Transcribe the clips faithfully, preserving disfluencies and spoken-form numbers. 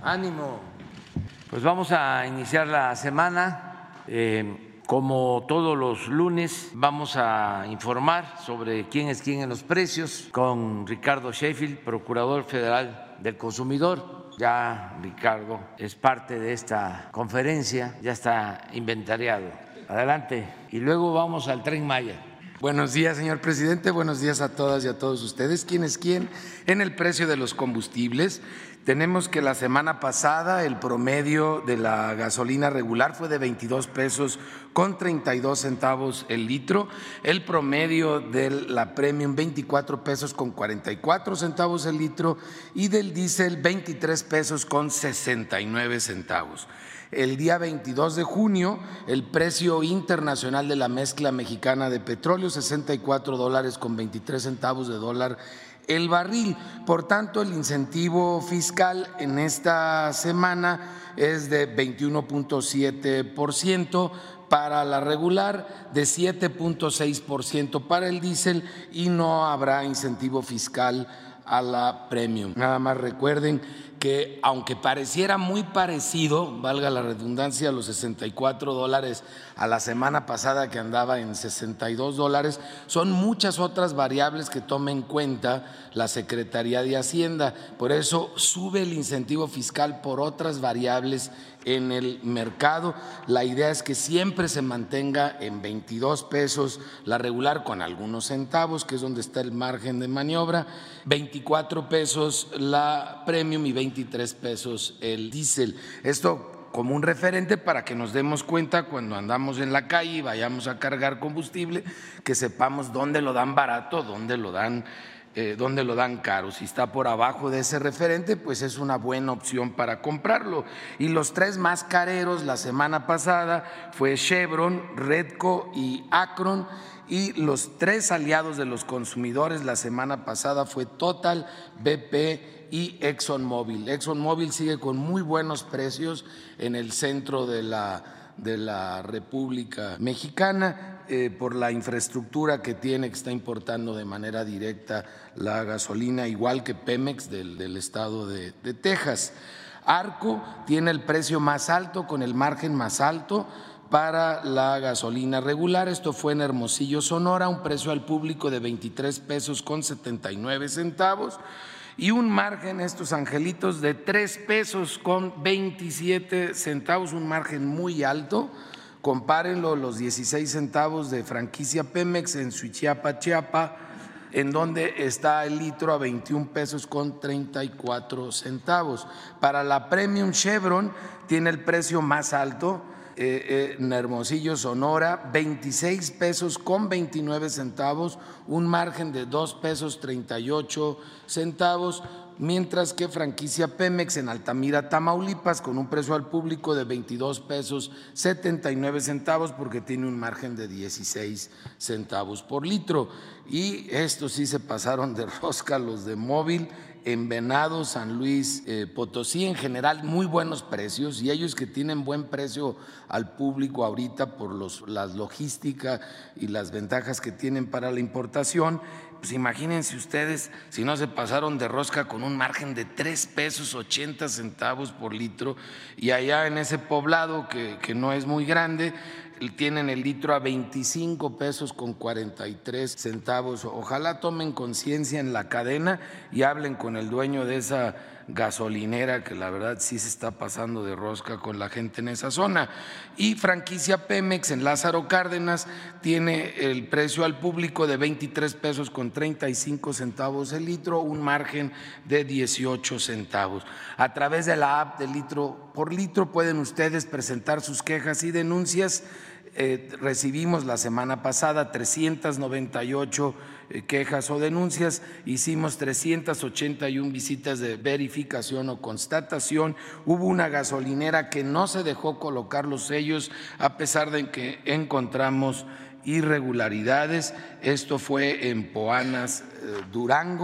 Ánimo. Pues vamos a iniciar la semana. Eh, como todos los lunes, vamos a informar sobre quién es quién en los precios con Ricardo Sheffield, Procurador Federal del Consumidor. Ya Ricardo es parte de esta conferencia, ya está inventariado. Adelante. Y luego vamos al Tren Maya. Buenos días, señor presidente. Buenos días a todas y a todos ustedes. ¿Quién es quién en el precio de los combustibles? Tenemos que la semana pasada el promedio de la gasolina regular fue de veintidós pesos con treinta y dos centavos el litro, el promedio de la premium veinticuatro pesos con cuarenta y cuatro centavos el litro y del diésel veintitrés pesos con sesenta y nueve centavos. El día veintidós de junio, el precio internacional de la mezcla mexicana de petróleo, sesenta y cuatro dólares con veintitrés centavos de dólar el barril. Por tanto, el incentivo fiscal en esta semana es de veintiuno punto siete por ciento para la regular, de siete punto seis por ciento para el diésel y no habrá incentivo fiscal a la premium. Nada más recuerden que aunque pareciera muy parecido, valga la redundancia, los sesenta y cuatro dólares a la semana pasada que andaba en sesenta y dos dólares, son muchas otras variables que toma en cuenta la Secretaría de Hacienda. Por eso sube el incentivo fiscal por otras variables en el mercado. La idea es que siempre se mantenga en veintidós pesos la regular con algunos centavos, que es donde está el margen de maniobra, veinticuatro pesos la premium y veintitrés pesos el diésel. Esto como un referente para que nos demos cuenta cuando andamos en la calle y vayamos a cargar combustible, que sepamos dónde lo dan barato, dónde lo dan Eh, donde lo dan caro. Si está por abajo de ese referente, pues es una buena opción para comprarlo. Y los tres más careros la semana pasada fue Chevron, Redco y Akron, y los tres aliados de los consumidores la semana pasada fue Total, B P y ExxonMobil. ExxonMobil sigue con muy buenos precios en el centro de la, de la República Mexicana. Eh, por la infraestructura que tiene, que está importando de manera directa la gasolina, igual que Pemex del, del estado de, de Texas. Arco tiene el precio más alto con el margen más alto para la gasolina regular. Esto fue en Hermosillo, Sonora, un precio al público de veintitrés pesos con setenta y nueve centavos y un margen, estos angelitos, de tres pesos con veintisiete centavos, un margen muy alto. Compárenlo, los dieciséis centavos de franquicia Pemex en Suichiapa, Chiapas, en donde está el litro a veintiún pesos con treinta y cuatro centavos. Para la Premium Chevron tiene el precio más alto eh, eh, en Hermosillo, Sonora, veintiséis pesos con veintinueve centavos, un margen de dos pesos treinta y ocho centavos. Mientras que franquicia Pemex en Altamira, Tamaulipas, con un precio al público de veintidós pesos setenta y nueve centavos, porque tiene un margen de dieciséis centavos por litro. Y estos sí se pasaron de rosca los de Móvil en Venado, San Luis eh, Potosí, en general muy buenos precios, y ellos que tienen buen precio al público ahorita por los, las logística y las ventajas que tienen para la importación. Pues imagínense ustedes si no se pasaron de rosca con un margen de tres pesos ochenta centavos por litro, y allá en ese poblado que, que no es muy grande tienen el litro a veinticinco pesos con cuarenta y tres centavos. Ojalá tomen conciencia en la cadena y hablen con el dueño de esa gasolinera, que la verdad sí se está pasando de rosca con la gente en esa zona. Y franquicia Pemex en Lázaro Cárdenas tiene el precio al público de veintitrés pesos con treinta y cinco centavos el litro, un margen de dieciocho centavos. A través de la app de litro por litro pueden ustedes presentar sus quejas y denuncias. Eh, recibimos la semana pasada trescientas noventa y ocho eh, quejas o denuncias, hicimos trescientas ochenta y una visitas de verificación o constatación. Hubo una gasolinera que no se dejó colocar los sellos a pesar de que encontramos irregularidades. Esto fue en Poanas, eh, Durango,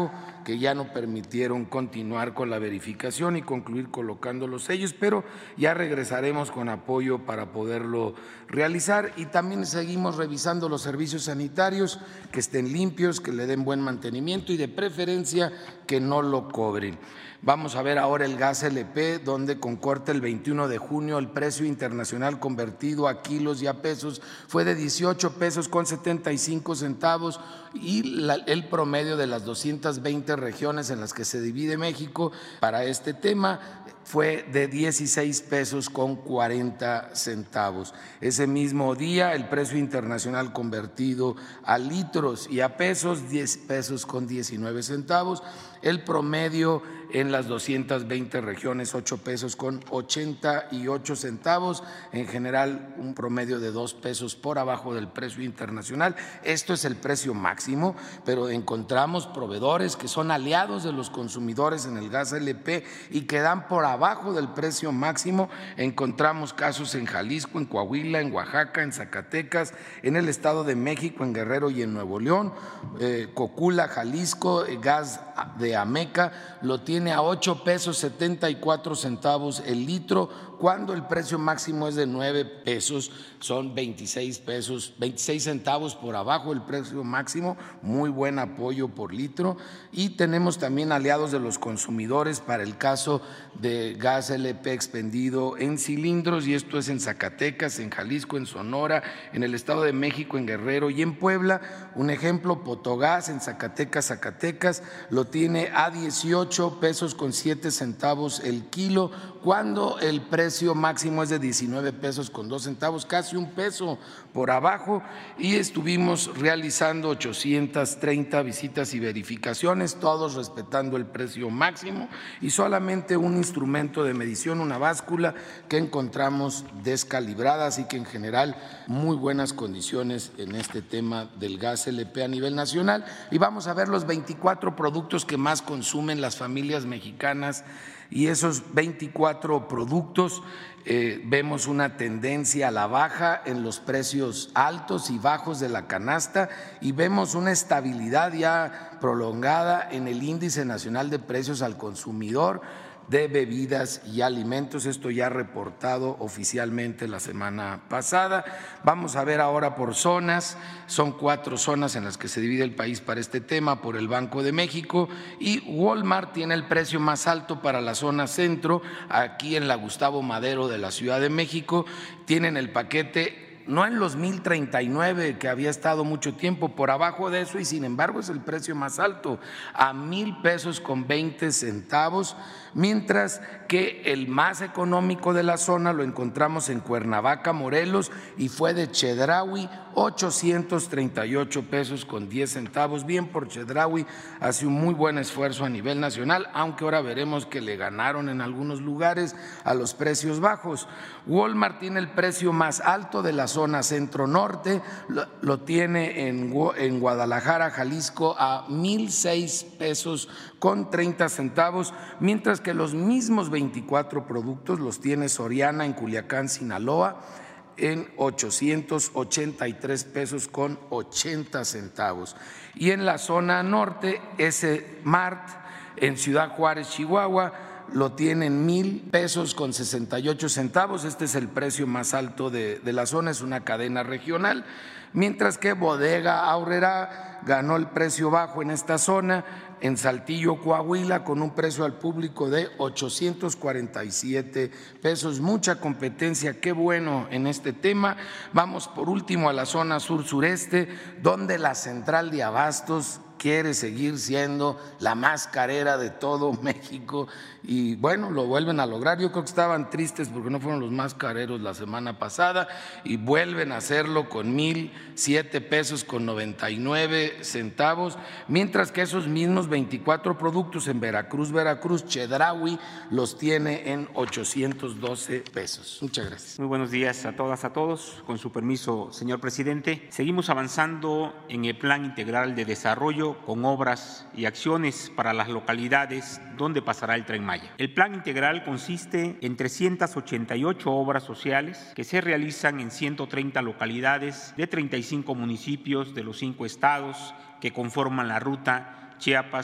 que ya no permitieron continuar con la verificación y concluir colocando los sellos, pero ya regresaremos con apoyo para poderlo realizar. Y también seguimos revisando los servicios sanitarios, que estén limpios, que le den buen mantenimiento y de preferencia que no lo cobren. Vamos a ver ahora el gas L P, donde con corte el veintiuno de junio el precio internacional convertido a kilos y a pesos fue de dieciocho pesos con setenta y cinco centavos y la, el promedio de las doscientas veinte regiones en las que se divide México para este tema fue de dieciséis pesos con cuarenta centavos. Ese mismo día el precio internacional convertido a litros y a pesos, diez pesos con diecinueve centavos. El promedio en las doscientas veinte regiones, ocho pesos con ochenta y ocho centavos, en general un promedio de dos pesos por abajo del precio internacional. Esto es el precio máximo, pero encontramos proveedores que son aliados de los consumidores en el gas L P y que dan por abajo del precio máximo. Encontramos casos en Jalisco, en Coahuila, en Oaxaca, en Zacatecas, en el Estado de México, en Guerrero y en Nuevo León. Eh, Cocula, Jalisco, eh, gas de Ameca lo tiene a ocho pesos setenta y cuatro centavos el litro, cuando el precio máximo es de nueve pesos, son veintiséis pesos, veintiséis centavos por abajo el precio máximo, muy buen apoyo por litro. Y tenemos también aliados de los consumidores para el caso de gas L P expendido en cilindros, y esto es en Zacatecas, en Jalisco, en Sonora, en el Estado de México, en Guerrero y en Puebla. Un ejemplo, Potogás en Zacatecas, Zacatecas lo tiene a dieciocho pesos con siete centavos el kilo, cuando el precio máximo es de diecinueve pesos con dos centavos, casi un peso por abajo. Y estuvimos realizando ochocientas treinta visitas y verificaciones, todos respetando el precio máximo, y solamente un instrumento de medición, una báscula, que encontramos descalibrada, así que en general muy buenas condiciones en este tema del gas L P a nivel nacional. Y vamos a ver los veinticuatro productos que más consumen las familias mexicanas, y esos veinticuatro productos eh, vemos una tendencia a la baja en los precios altos y bajos de la canasta, y vemos una estabilidad ya prolongada en el índice nacional de precios al consumidor de bebidas y alimentos, esto ya reportado oficialmente la semana pasada. Vamos a ver ahora por zonas, son cuatro zonas en las que se divide el país para este tema por el Banco de México, y Walmart tiene el precio más alto para la zona centro, aquí en la Gustavo Madero de la Ciudad de México. Tienen el paquete no en los mil treinta y nueve que había estado mucho tiempo, por abajo de eso, y sin embargo es el precio más alto, a mil pesos con veinte centavos, mientras que el más económico de la zona lo encontramos en Cuernavaca, Morelos, y fue de Chedraui, ochocientos treinta y ocho pesos con diez centavos. Bien por Chedraui, hace un muy buen esfuerzo a nivel nacional, aunque ahora veremos que le ganaron en algunos lugares a los precios bajos. Walmart tiene el precio más alto de la zona centro-norte, lo, lo tiene en, en Guadalajara, Jalisco, a mil seis pesos con treinta centavos, mientras que los mismos veinticuatro productos los tiene Soriana en Culiacán, Sinaloa, en ochocientos ochenta y tres pesos con ochenta centavos. Y en la zona norte, ese Mart en Ciudad Juárez, Chihuahua, lo tienen mil pesos con sesenta y ocho centavos. Este es el precio más alto de, de la zona, es una cadena regional, mientras que Bodega Aurrerá ganó el precio bajo en esta zona, en Saltillo, Coahuila, con un precio al público de ochocientos cuarenta y siete pesos. Mucha competencia, qué bueno en este tema. Vamos por último a la zona sur-sureste, donde la central de abastos quiere seguir siendo la más carera de todo México, y bueno, lo vuelven a lograr. Yo creo que estaban tristes porque no fueron los más careros la semana pasada, y vuelven a hacerlo con mil siete pesos con noventa y nueve centavos, mientras que esos mismos veinticuatro productos en Veracruz, Veracruz, Chedraui los tiene en ochocientos doce pesos. Muchas gracias. Muy buenos días a todas, a todos. Con su permiso, señor presidente, seguimos avanzando en el Plan Integral de Desarrollo con obras y acciones para las localidades donde pasará el Tren Maya. El plan integral consiste en trescientas ochenta y ocho obras sociales que se realizan en ciento treinta localidades de treinta y cinco municipios de los cinco estados que conforman la ruta Chiapas,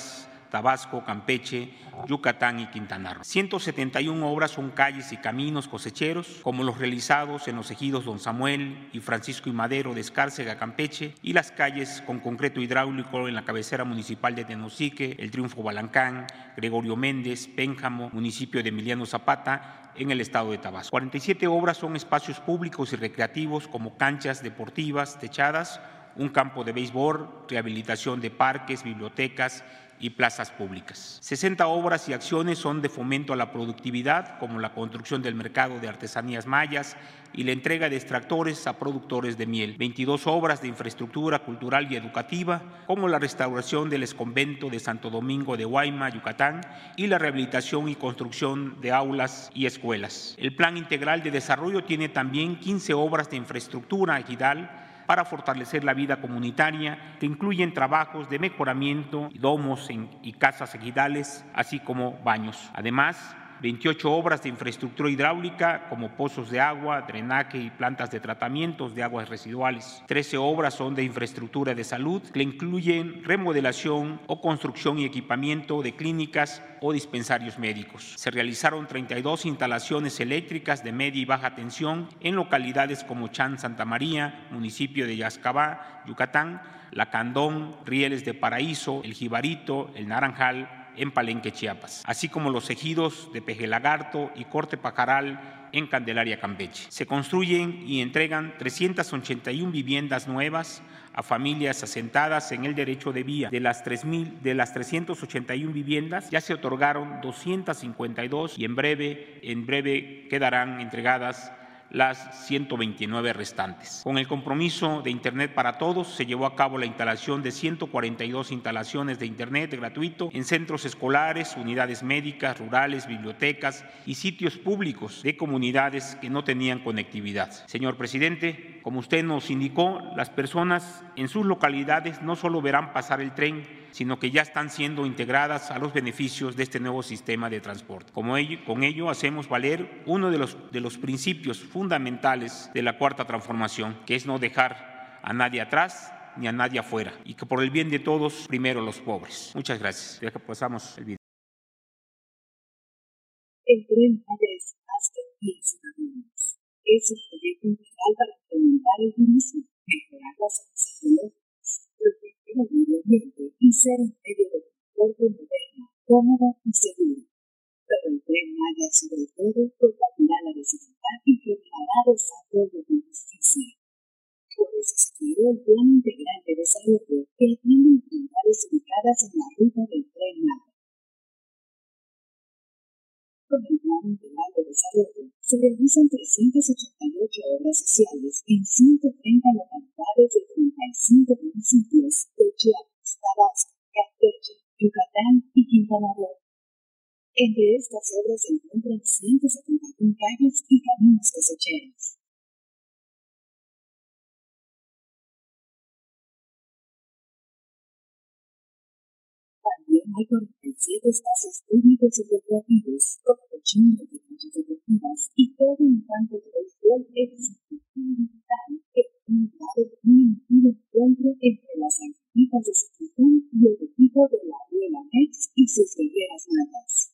Tabasco, Campeche, Yucatán y Quintana Roo. ciento setenta y una obras son calles y caminos cosecheros, como los realizados en los ejidos Don Samuel y Francisco y Madero de Escárcega, Campeche, y las calles con concreto hidráulico en la cabecera municipal de Tenosique, El Triunfo, Balancán, Gregorio Méndez, Pénjamo, municipio de Emiliano Zapata, en el estado de Tabasco. cuarenta y siete obras son espacios públicos y recreativos como canchas deportivas techadas, un campo de béisbol, rehabilitación de parques, bibliotecas y plazas públicas. sesenta obras y acciones son de fomento a la productividad, como la construcción del mercado de artesanías mayas y la entrega de extractores a productores de miel. veintidós obras de infraestructura cultural y educativa, como la restauración del exconvento de Santo Domingo de Guayma, Yucatán, y la rehabilitación y construcción de aulas y escuelas. El Plan Integral de Desarrollo tiene también quince obras de infraestructura ejidal para fortalecer la vida comunitaria, que incluyen trabajos de mejoramiento, domos y casas ejidales, así como baños. Además, veintiocho obras de infraestructura hidráulica, como pozos de agua, drenaje y plantas de tratamientos de aguas residuales. trece obras son de infraestructura de salud, que incluyen remodelación o construcción y equipamiento de clínicas o dispensarios médicos. Se realizaron treinta y dos instalaciones eléctricas de media y baja tensión en localidades como Chan, Santa María, municipio de Yaxcabá, Yucatán, Lacandón, Rieles de Paraíso, El Jibarito, El Naranjal, en Palenque, Chiapas, así como los ejidos de Pejelagarto y Corte Pajaral en Candelaria, Campeche. Se construyen y entregan trescientas ochenta y una viviendas nuevas a familias asentadas en el derecho de vía. De las, tres mil, de las trescientas ochenta y una viviendas ya se otorgaron doscientas cincuenta y dos y en breve, en breve quedarán entregadas las ciento veintinueve restantes. Con el compromiso de Internet para Todos, se llevó a cabo la instalación de ciento cuarenta y dos instalaciones de Internet gratuito en centros escolares, unidades médicas, rurales, bibliotecas y sitios públicos de comunidades que no tenían conectividad. Señor presidente, como usted nos indicó, las personas en sus localidades no solo verán pasar el tren, sino que ya están siendo integradas a los beneficios de este nuevo sistema de transporte. Como ello, con ello hacemos valer uno de los, de los principios fundamentales de la Cuarta Transformación, que es no dejar a nadie atrás ni a nadie afuera, y que por el bien de todos, primero los pobres. Muchas gracias. Ya que pasamos el video. El Tren Maya es más que diez aviones. Es el proyecto integral para implementar el turismo, mejorar las zonas ecológicas, proteger el medio ambiente y ser un medio de transporte moderno, cómodo y seguro. Pero el Tren Maya, sobre todo, combatirá la desigualdad y proclamará desarrollo con justicia. Por eso se creó el Plan Integral de Desarrollo, que atiende localidades ubicadas en la ruta del Tren Maya. Con el Plan Integral de Desarrollo se realizan trescientas ochenta y ocho obras sociales en ciento treinta localidades de treinta y cinco municipios de Chiapas, Tabasco, Campeche, Yucatán y Quintana Roo. Entre estas obras se encuentran ciento setenta y una calles y caminos cosecheros. También hay cuarenta y siete espacios públicos y recreativos, como cochinos de canchas deportivas y todo un campo de béisbol executivo digital que tiene un grado de un encuentro entre las actividades de Ciclón y el equipo de la Abuela Mex y sus guerreras matas.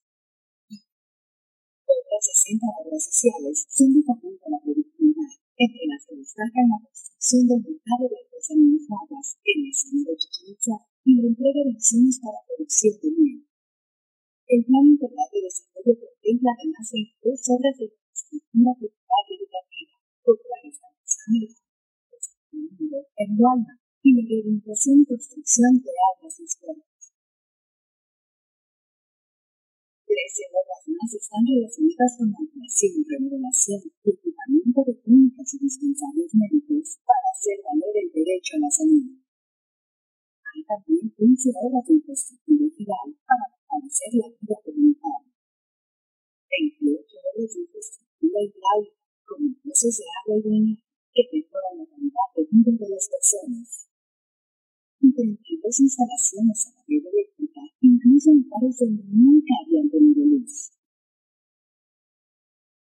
Otras sesenta obras sociales son de fomento a la productividad, entre las que destacan la construcción del mercado de artesanías mayas en el seno de Chichén Itzá y la entrega de insumos para producción de miel. El Plan Integral de Desarrollo contempla además veintidós obras de infraestructura cultural y educativa, como la restauración de los edificios en Guayma y la rehabilitación y construcción de aulas y escuelas. Trece obras más están relacionadas con la ampliación, remodelación y equipamiento de clínicas y dispensarios médicos para hacer valer el derecho a la salud. Hay también quince obras de infraestructura ejidal para fortalecer la vida comunitaria. veintiocho obras de infraestructura hidráulica, como pozos de agua y drenaje, que mejoran la calidad de vida de las personas. Y treinta y dos instalaciones a la red eléctrica, incluso en lugares donde nunca habían tenido luz.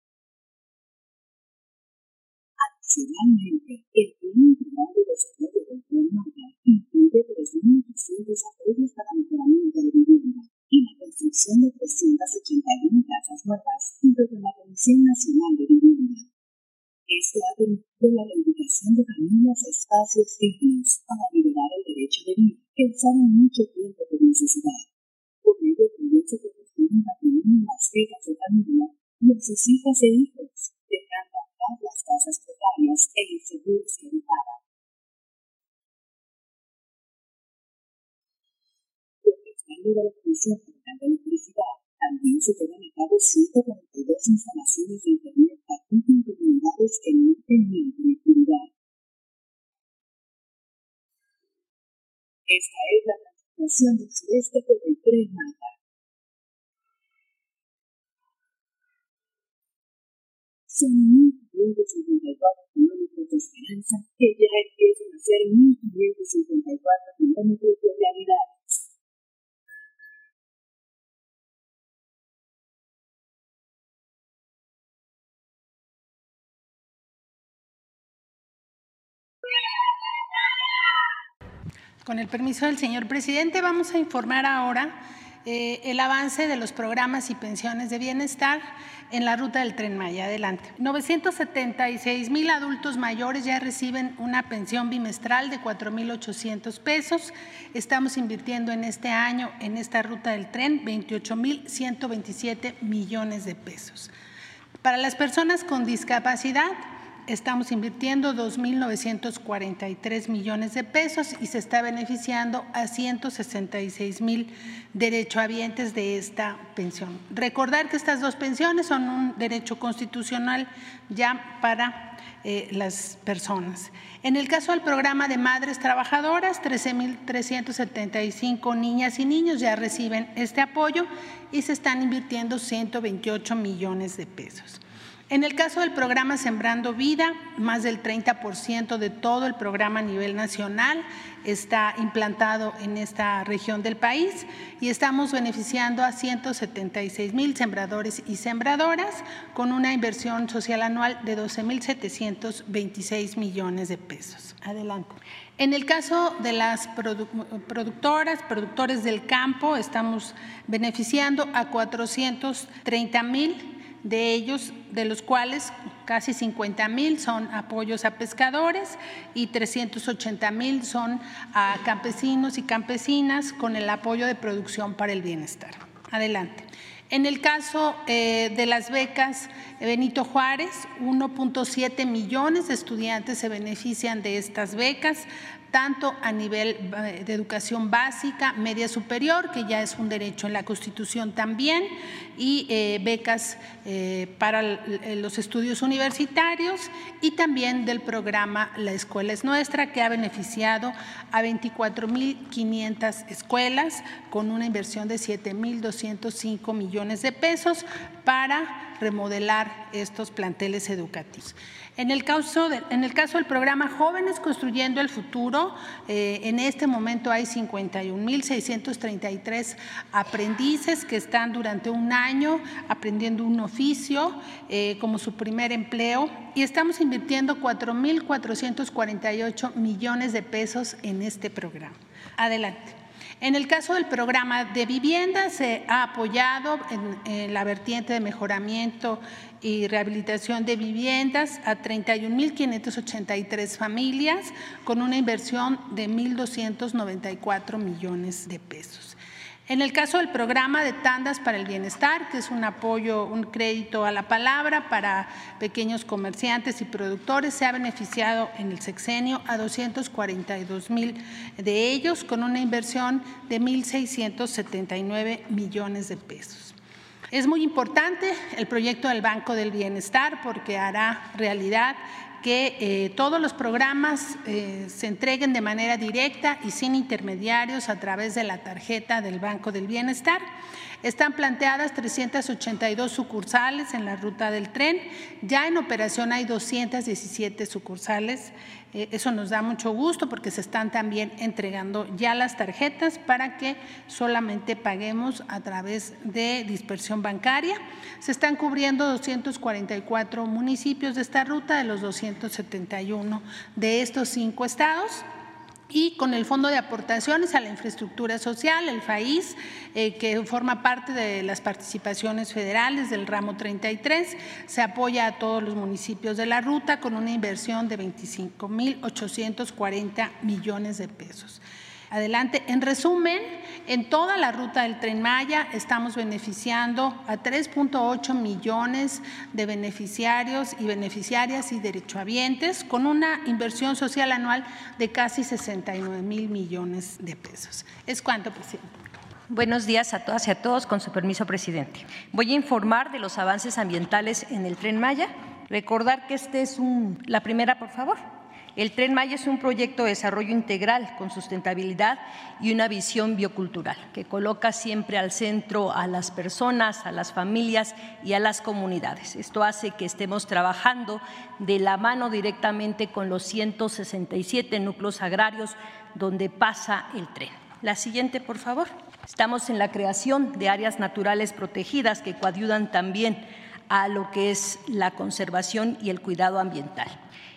Adicionalmente, el Plan Integral de Desarrollo del Tren Maya incluye tres mil doscientos apoyos para mejoramiento de vivienda y la construcción de trescientas ochenta y una casas nuevas junto con la Comisión Nacional de Vivienda. Este ha permitido la reivindicación de familias a espacios dignos para liberar el derecho de vivir que usaron mucho tiempo por necesidad. Por ello, también se puede construir un patrimonio en las becas de familia y en sus hijas e hijos, dejando atrás las casas precarias e inseguras que habitaban. Por respaldo de la Comisión Federal de Electricidad, también se llevan a cabo ciento cuarenta y dos instalaciones de Internet gratuito en comunidades que no tenían conectividad. Esta es la transformación del sureste por el Tren Maya. Son mil quinientos cincuenta y cuatro kilómetros de esperanza que ya empiezan a ser mil quinientos cincuenta y cuatro kilómetros de realidades. Con el permiso del señor presidente, vamos a informar ahora eh, el avance de los programas y pensiones de bienestar en la ruta del Tren Maya. Adelante. novecientos setenta y seis mil adultos mayores ya reciben una pensión bimestral de cuatro mil ochocientos pesos. Estamos invirtiendo en este año en esta ruta del tren veintiocho mil ciento veintisiete millones de pesos. Para las personas con discapacidad, estamos invirtiendo dos mil novecientos cuarenta y tres millones de pesos y se está beneficiando a ciento sesenta y seis mil derechohabientes de esta pensión. Recordar que estas dos pensiones son un derecho constitucional ya para eh, las personas. En el caso del programa de madres trabajadoras, trece mil trescientos setenta y cinco niñas y niños ya reciben este apoyo y se están invirtiendo ciento veintiocho millones de pesos. En el caso del programa Sembrando Vida, más del treinta por ciento de todo el programa a nivel nacional está implantado en esta región del país y estamos beneficiando a ciento setenta y seis mil sembradores y sembradoras con una inversión social anual de doce mil setecientos veintiséis millones de pesos. Adelante. En el caso de las produ productoras, productores del campo, estamos beneficiando a cuatrocientos treinta mil de ellos, de los cuales casi cincuenta mil son apoyos a pescadores y trescientos ochenta mil son a campesinos y campesinas con el apoyo de producción para el bienestar. Adelante. En el caso eh, de las becas Benito Juárez, uno punto siete millones de estudiantes se benefician de estas becas, tanto a nivel de educación básica, media superior, que ya es un derecho en la Constitución también, y eh, becas eh, para los estudios universitarios y también del programa La Escuela es Nuestra, que ha beneficiado a veinticuatro mil quinientas escuelas con una inversión de siete mil doscientos cinco millones de pesos para remodelar estos planteles educativos. En el caso, de, en el caso del programa Jóvenes Construyendo el Futuro, eh, en este momento hay cincuenta y un mil seiscientos treinta y tres aprendices que están durante un año aprendiendo un oficio eh, como su primer empleo y estamos invirtiendo cuatro mil cuatrocientos cuarenta y ocho millones de pesos en este programa. Adelante. En el caso del programa de vivienda, se ha apoyado en, en la vertiente de mejoramiento y rehabilitación de viviendas a treinta y un mil quinientas ochenta y tres familias con una inversión de mil doscientos noventa y cuatro millones de pesos. En el caso del programa de tandas para el bienestar, que es un apoyo, un crédito a la palabra para pequeños comerciantes y productores, se ha beneficiado en el sexenio a doscientos cuarenta y dos mil de ellos con una inversión de mil seiscientos setenta y nueve millones de pesos. Es muy importante el proyecto del Banco del Bienestar porque hará realidad que eh, todos los programas eh, se entreguen de manera directa y sin intermediarios a través de la tarjeta del Banco del Bienestar. Están planteadas trescientas ochenta y dos sucursales en la ruta del tren, ya en operación hay doscientas diecisiete sucursales, eh, eso nos da mucho gusto porque se están también entregando ya las tarjetas para que solamente paguemos a través de dispersión bancaria. Se están cubriendo doscientos cuarenta y cuatro municipios de esta ruta de los doscientos setenta y uno de estos cinco estados. y con el Fondo de Aportaciones a la Infraestructura Social, el F A I S, eh, que forma parte de las participaciones federales del ramo treinta y tres, se apoya a todos los municipios de la ruta con una inversión de veinticinco mil ochocientos cuarenta millones de pesos. Adelante. En resumen, en toda la ruta del Tren Maya estamos beneficiando a tres punto ocho millones de beneficiarios y beneficiarias y derechohabientes con una inversión social anual de casi sesenta y nueve mil millones de pesos. ¿Es cuánto, presidente? Buenos días a todas y a todos. Con su permiso, presidente. Voy a informar de los avances ambientales en el Tren Maya. Recordar que este es un… La primera, por favor. El Tren Maya es un proyecto de desarrollo integral con sustentabilidad y una visión biocultural que coloca siempre al centro a las personas, a las familias y a las comunidades. Esto hace que estemos trabajando de la mano directamente con los ciento sesenta y siete núcleos agrarios donde pasa el tren. La siguiente, por favor. Estamos en la creación de áreas naturales protegidas que coadyuvan también a lo que es la conservación y el cuidado ambiental.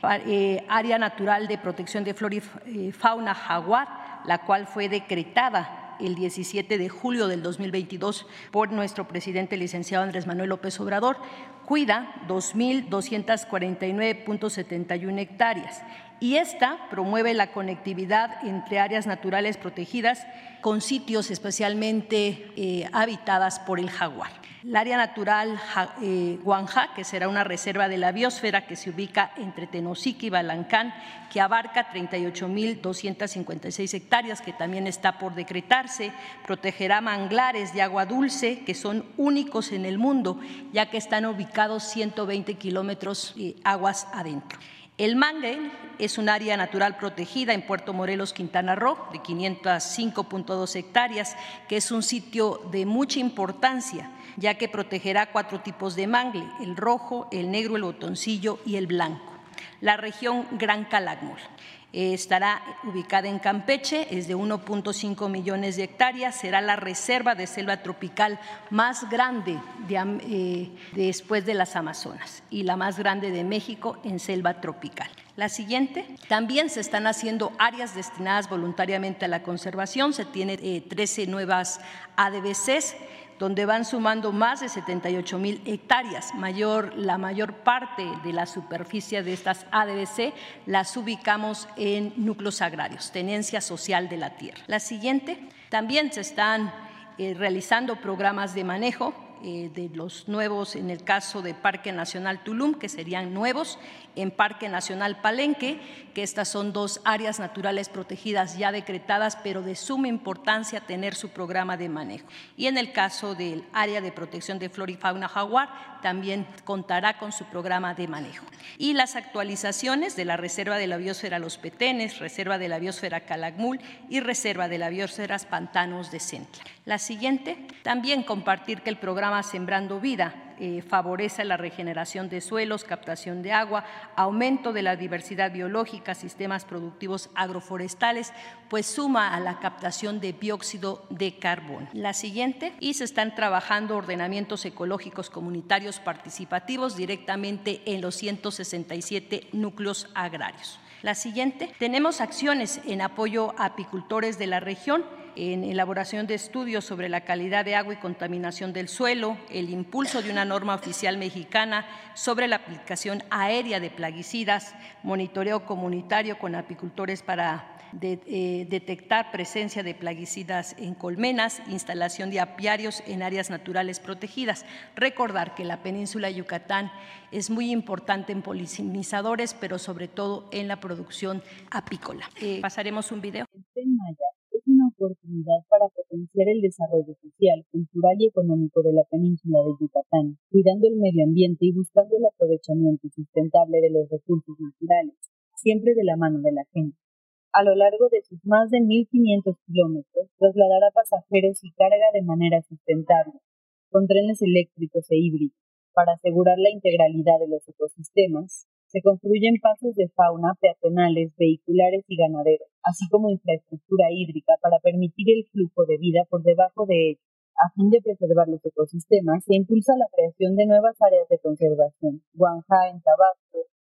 Eh, área natural de protección de flora y fauna jaguar, la cual fue decretada el diecisiete de julio del dos mil veintidós por nuestro presidente licenciado Andrés Manuel López Obrador, cuida dos mil doscientas cuarenta y nueve punto setenta y una hectáreas y esta promueve la conectividad entre áreas naturales protegidas con sitios especialmente eh, habitadas por el jaguar. El área natural eh, Guanja, que será una reserva de la biosfera que se ubica entre Tenosique y Balancán, que abarca treinta y ocho mil doscientas cincuenta y seis hectáreas, que también está por decretarse, protegerá manglares de agua dulce, que son únicos en el mundo, ya que están ubicados ciento veinte kilómetros eh, aguas adentro. El Mangue es un área natural protegida en Puerto Morelos, Quintana Roo, de quinientas cinco punto dos hectáreas, que es un sitio de mucha importancia, ya que protegerá cuatro tipos de mangle: el rojo, el negro, el botoncillo y el blanco. La región Gran Calakmul eh, estará ubicada en Campeche, es de uno punto cinco millones de hectáreas, será la reserva de selva tropical más grande de, eh, después de las Amazonas y la más grande de México en selva tropical. La siguiente. También se están haciendo áreas destinadas voluntariamente a la conservación, se tienen eh, trece nuevas A D B Cs, donde van sumando más de setenta y ocho mil hectáreas. Mayor, la mayor parte de la superficie de estas A D B C las ubicamos en núcleos agrarios, tenencia social de la tierra. La siguiente. También se están eh, realizando programas de manejo eh, de los nuevos, en el caso de Parque Nacional Tulum, que serían nuevos, en Parque Nacional Palenque, que estas son dos áreas naturales protegidas ya decretadas, pero de suma importancia tener su programa de manejo. Y en el caso del área de protección de flora y fauna jaguar, también contará con su programa de manejo. Y las actualizaciones de la Reserva de la Biosfera Los Petenes, Reserva de la Biosfera Calakmul y Reserva de la Biosfera Pantanos de Centla. La siguiente, también compartir que el programa Sembrando Vida Eh, favorece la regeneración de suelos, captación de agua, aumento de la diversidad biológica, sistemas productivos agroforestales, pues suma a la captación de dióxido de carbono. La siguiente, y se están trabajando ordenamientos ecológicos comunitarios participativos directamente en los ciento sesenta y siete núcleos agrarios. La siguiente, tenemos acciones en apoyo a apicultores de la región, en elaboración de estudios sobre la calidad de agua y contaminación del suelo, el impulso de una norma oficial mexicana sobre la aplicación aérea de plaguicidas, monitoreo comunitario con apicultores para de, eh, detectar presencia de plaguicidas en colmenas, instalación de apiarios en áreas naturales protegidas. Recordar que la península de Yucatán es muy importante en polinizadores, pero sobre todo en la producción apícola. Eh, pasaremos un video. El Tren Maya es una oportunidad para potenciar el desarrollo social, cultural y económico de la península de Yucatán, cuidando el medio ambiente y buscando el aprovechamiento sustentable de los recursos naturales, siempre de la mano de la gente. A lo largo de sus más de mil quinientos kilómetros, trasladará pasajeros y carga de manera sustentable, con trenes eléctricos e híbridos. Para asegurar la integralidad de los ecosistemas, se construyen pasos de fauna peatonales, vehiculares y ganaderos, así como infraestructura hídrica para permitir el flujo de vida por debajo de ellos. A fin de preservar los ecosistemas, se impulsa la creación de nuevas áreas de conservación, Guanja en Tabasco,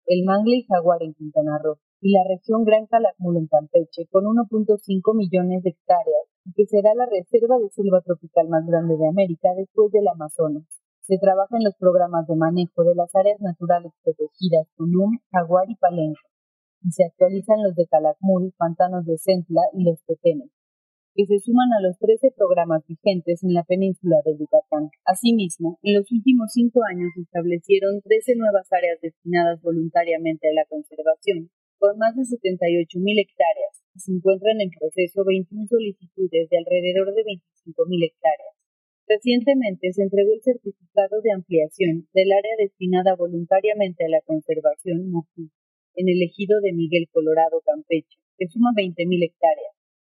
el Mangle y Jaguar en Quintana Roo y la región Gran Calakmul en Campeche con uno punto cinco millones de hectáreas y que será la reserva de selva tropical más grande de América después del Amazonas. Se trabaja en los programas de manejo de las áreas naturales protegidas Tulum, Jaguar y Palenque y se actualizan los de Calakmul, pantanos de Centla y los Tepenes, que se suman a los trece programas vigentes en la península de Yucatán. Asimismo, en los últimos cinco años se establecieron trece nuevas áreas destinadas voluntariamente a la conservación, con más de setenta y ocho mil hectáreas, y se encuentran en proceso veintiuna solicitudes de alrededor de veinticinco mil hectáreas. Recientemente se entregó el certificado de ampliación del área destinada voluntariamente a la conservación Mocú, en el ejido de Miguel Colorado, Campeche, que suma veinte mil hectáreas.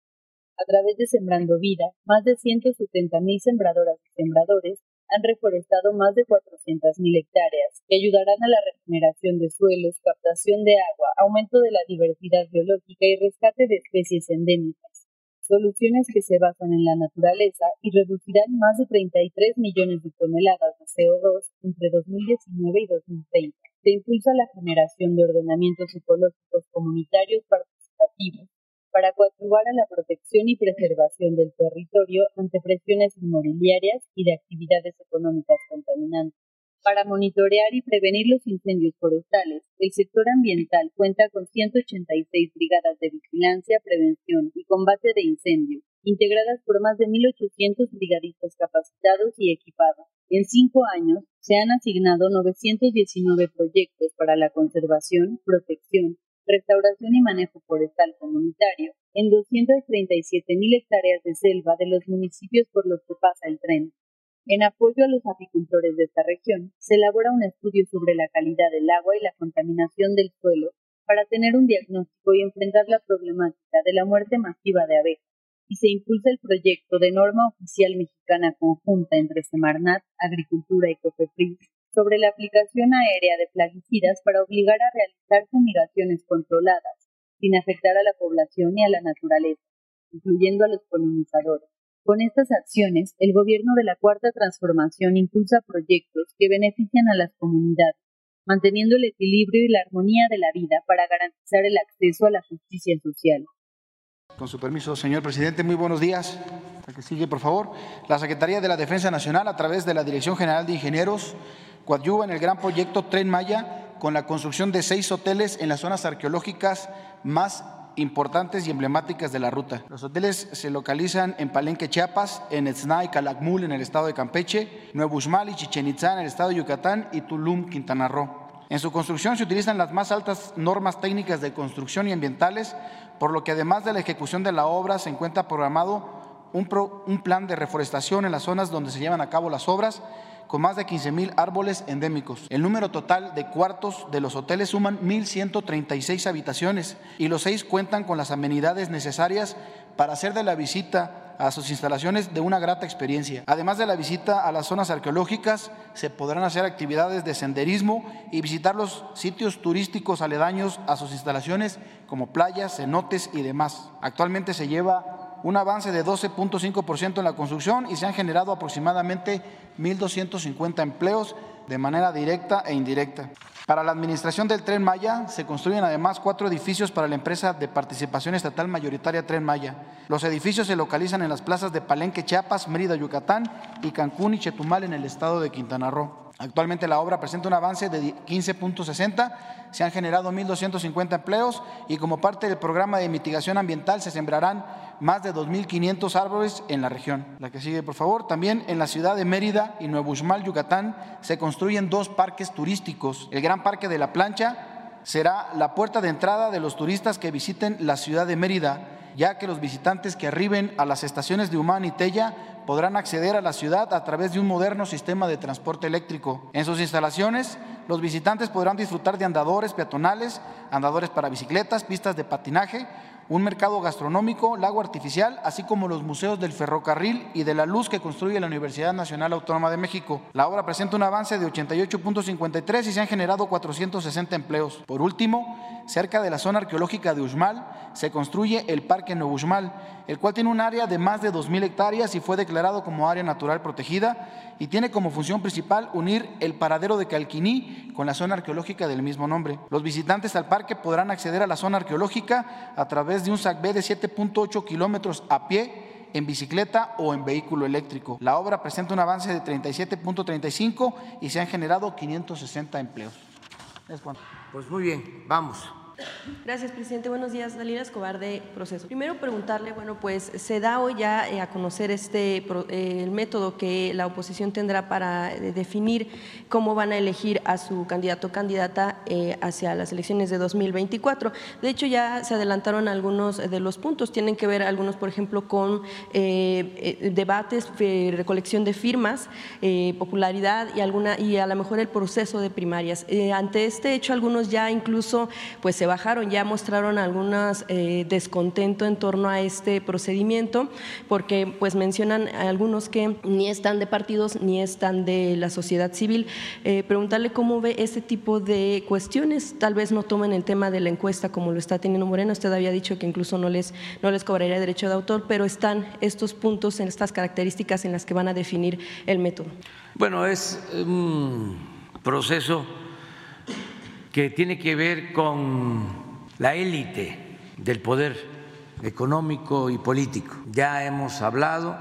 A través de Sembrando Vida, más de ciento setenta mil sembradoras y sembradores han reforestado más de cuatrocientas mil hectáreas, que ayudarán a la regeneración de suelos, captación de agua, aumento de la diversidad biológica y rescate de especies endémicas, soluciones que se basan en la naturaleza y reducirán más de treinta y tres millones de toneladas de C O dos entre dos mil diecinueve y dos mil treinta. Se impulsa la generación de ordenamientos ecológicos comunitarios participativos para coadyuvar a la protección y preservación del territorio ante presiones inmobiliarias y de actividades económicas contaminantes. Para monitorear y prevenir los incendios forestales, el sector ambiental cuenta con ciento ochenta y seis brigadas de vigilancia, prevención y combate de incendios, integradas por más de mil ochocientos brigadistas capacitados y equipados. En cinco años, se han asignado novecientos diecinueve proyectos para la conservación, protección, restauración y manejo forestal comunitario en doscientas treinta y siete mil hectáreas de selva de los municipios por los que pasa el tren. En apoyo a los apicultores de esta región, se elabora un estudio sobre la calidad del agua y la contaminación del suelo para tener un diagnóstico y enfrentar la problemática de la muerte masiva de abejas, y se impulsa el proyecto de norma oficial mexicana conjunta entre Semarnat, Agricultura y COFEPRIS sobre la aplicación aérea de plaguicidas para obligar a realizar fumigaciones controladas, sin afectar a la población y a la naturaleza, incluyendo a los polinizadores. Con estas acciones, el gobierno de la Cuarta Transformación impulsa proyectos que benefician a las comunidades, manteniendo el equilibrio y la armonía de la vida para garantizar el acceso a la justicia social. Con su permiso, señor presidente, muy buenos días. La que sigue, por favor. La Secretaría de la Defensa Nacional, a través de la Dirección General de Ingenieros, coadyuva en el gran proyecto Tren Maya con la construcción de seis hoteles en las zonas arqueológicas más importantes y emblemáticas de la ruta. Los hoteles se localizan en Palenque, Chiapas, en Etzna y Calakmul, en el estado de Campeche, Nuevo Uxmal y Chichén Itzá, en el estado de Yucatán, y Tulum, Quintana Roo. En su construcción se utilizan las más altas normas técnicas de construcción y ambientales, por lo que además de la ejecución de la obra se encuentra programado un, pro, un plan de reforestación en las zonas donde se llevan a cabo las obras, con más de quince mil árboles endémicos. El número total de cuartos de los hoteles suman mil ciento treinta y seis habitaciones y los seis cuentan con las amenidades necesarias para hacer de la visita a sus instalaciones de una grata experiencia. Además de la visita a las zonas arqueológicas, se podrán hacer actividades de senderismo y visitar los sitios turísticos aledaños a sus instalaciones como playas, cenotes y demás. Actualmente se lleva un avance de doce punto cinco por ciento en la construcción y se han generado aproximadamente mil doscientos cincuenta empleos de manera directa e indirecta. Para la administración del Tren Maya se construyen además cuatro edificios para la empresa de participación estatal mayoritaria Tren Maya. Los edificios se localizan en las plazas de Palenque, Chiapas, Mérida, Yucatán y Cancún y Chetumal en el estado de Quintana Roo. Actualmente la obra presenta un avance de quince punto sesenta, se han generado mil doscientos cincuenta empleos y como parte del programa de mitigación ambiental se sembrarán más de dos mil quinientos árboles en la región. La que sigue, por favor. También en la ciudad de Mérida y Nuevo Uxmal, Yucatán, se construyen dos parques turísticos. El Gran Parque de la Plancha será la puerta de entrada de los turistas que visiten la ciudad de Mérida, ya que los visitantes que arriben a las estaciones de Humán y Tella podrán acceder a la ciudad a través de un moderno sistema de transporte eléctrico. En sus instalaciones, los visitantes podrán disfrutar de andadores peatonales, andadores para bicicletas, pistas de patinaje, un mercado gastronómico, lago artificial, así como los museos del ferrocarril y de la luz que construye la Universidad Nacional Autónoma de México. La obra presenta un avance de ochenta y ocho punto cincuenta y tres y se han generado cuatrocientos sesenta empleos. Por último, cerca de la zona arqueológica de Uxmal se construye el Parque Nuevo Uxmal, el cual tiene un área de más de dos mil hectáreas y fue declarado como área natural protegida y tiene como función principal unir el paradero de Calquiní con la zona arqueológica del mismo nombre. Los visitantes al parque podrán acceder a la zona arqueológica a través de un S A C B de siete punto ocho kilómetros a pie, en bicicleta o en vehículo eléctrico. La obra presenta un avance de treinta y siete punto treinta y cinco y se han generado quinientos sesenta empleos. Pues muy bien, vamos. Gracias, presidente. Buenos días, Dalila Escobar de Proceso. Primero preguntarle, bueno, pues se da hoy ya eh, a conocer este eh, el método que la oposición tendrá para eh, definir cómo van a elegir a su candidato o candidata eh, hacia las elecciones de dos mil veinticuatro. De hecho, ya se adelantaron algunos de los puntos, tienen que ver algunos, por ejemplo, con eh, eh, debates, eh, recolección de firmas, eh, popularidad y alguna y a lo mejor el proceso de primarias. Eh, ante este hecho, algunos ya incluso pues se bajaron, ya mostraron algunos eh, descontento en torno a este procedimiento, porque pues mencionan algunos que ni están de partidos ni están de la sociedad civil. Eh, preguntarle cómo ve este tipo de cuestiones, tal vez no tomen el tema de la encuesta como lo está teniendo Morena, usted había dicho que incluso no les, no les cobraría derecho de autor, pero están estos puntos, en estas características en las que van a definir el método. Bueno, es un proceso que tiene que ver con la élite del poder económico y político. Ya hemos hablado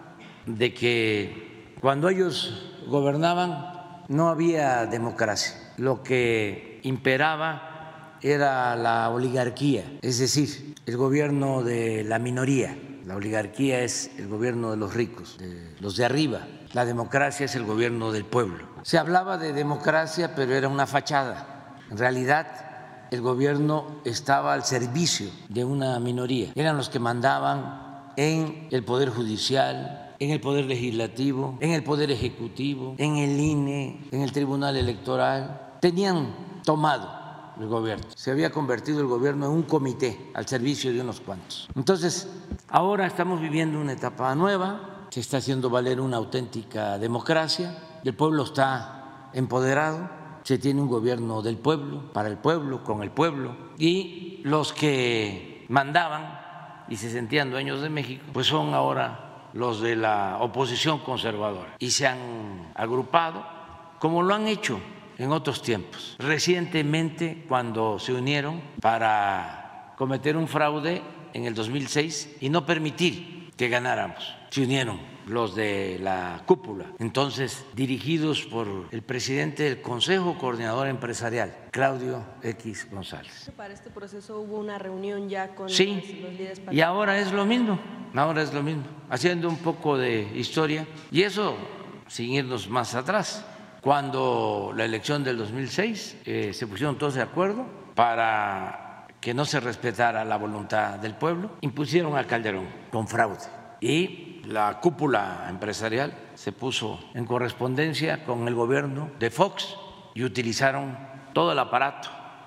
de que cuando ellos gobernaban no había democracia, lo que imperaba era la oligarquía, es decir, el gobierno de la minoría. La oligarquía es el gobierno de los ricos, de los de arriba. La democracia es el gobierno del pueblo. Se hablaba de democracia, pero era una fachada. En realidad, el gobierno estaba al servicio de una minoría. Eran los que mandaban en el Poder Judicial, en el Poder Legislativo, en el Poder Ejecutivo, en el I N E, en el Tribunal Electoral. Tenían tomado el gobierno. Se había convertido el gobierno en un comité al servicio de unos cuantos. Entonces, ahora estamos viviendo una etapa nueva, se está haciendo valer una auténtica democracia, el pueblo está empoderado. Se tiene un gobierno del pueblo, para el pueblo, con el pueblo, y los que mandaban y se sentían dueños de México, pues son ahora los de la oposición conservadora y se han agrupado como lo han hecho en otros tiempos. Recientemente, cuando se unieron para cometer un fraude en el dos mil seis y no permitir que ganáramos, se unieron los de la cúpula, entonces dirigidos por el presidente del Consejo Coordinador Empresarial, Claudio X González. Para este proceso hubo una reunión ya con sí, los líderes partidarios. Y ahora es lo mismo, ahora es lo mismo, haciendo un poco de historia, y eso sin irnos más atrás. Cuando la elección del dos mil seis eh, se pusieron todos de acuerdo para que no se respetara la voluntad del pueblo, impusieron a Calderón con fraude. Y la cúpula empresarial se puso en correspondencia con el gobierno de Fox y utilizaron todo el aparato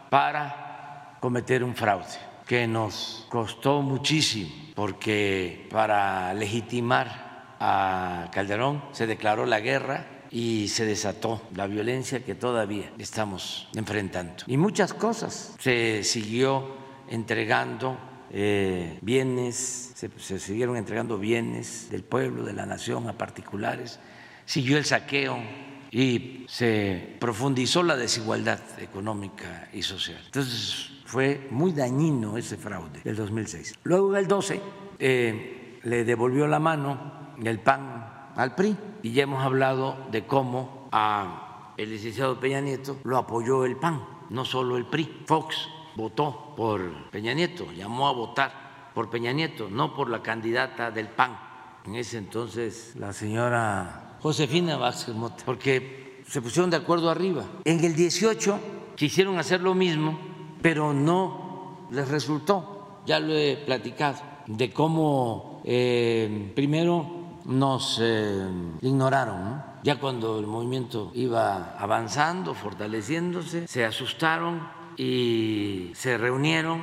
para cometer un fraude que nos costó muchísimo, porque para legitimar a Calderón se declaró la guerra y se desató la violencia que todavía estamos enfrentando. Y muchas cosas. Se siguió entregando eh, bienes, se, se siguieron entregando bienes del pueblo, de la nación a particulares, siguió el saqueo y se profundizó la desigualdad económica y social. Entonces fue muy dañino ese fraude del dos mil seis. Luego en el doce eh, le devolvió la mano el P A N al P R I y ya hemos hablado de cómo a el licenciado Peña Nieto lo apoyó el P A N, no solo el P R I. Fox votó por Peña Nieto, llamó a votar por Peña Nieto, no por la candidata del P A N. En ese entonces la señora Josefina Vázquez Mota, porque se pusieron de acuerdo arriba. En el dieciocho quisieron hacer lo mismo, pero no les resultó. Ya lo he platicado, de cómo eh, primero nos eh, ignoraron, ¿no? Ya cuando el movimiento iba avanzando, fortaleciéndose, se asustaron y se reunieron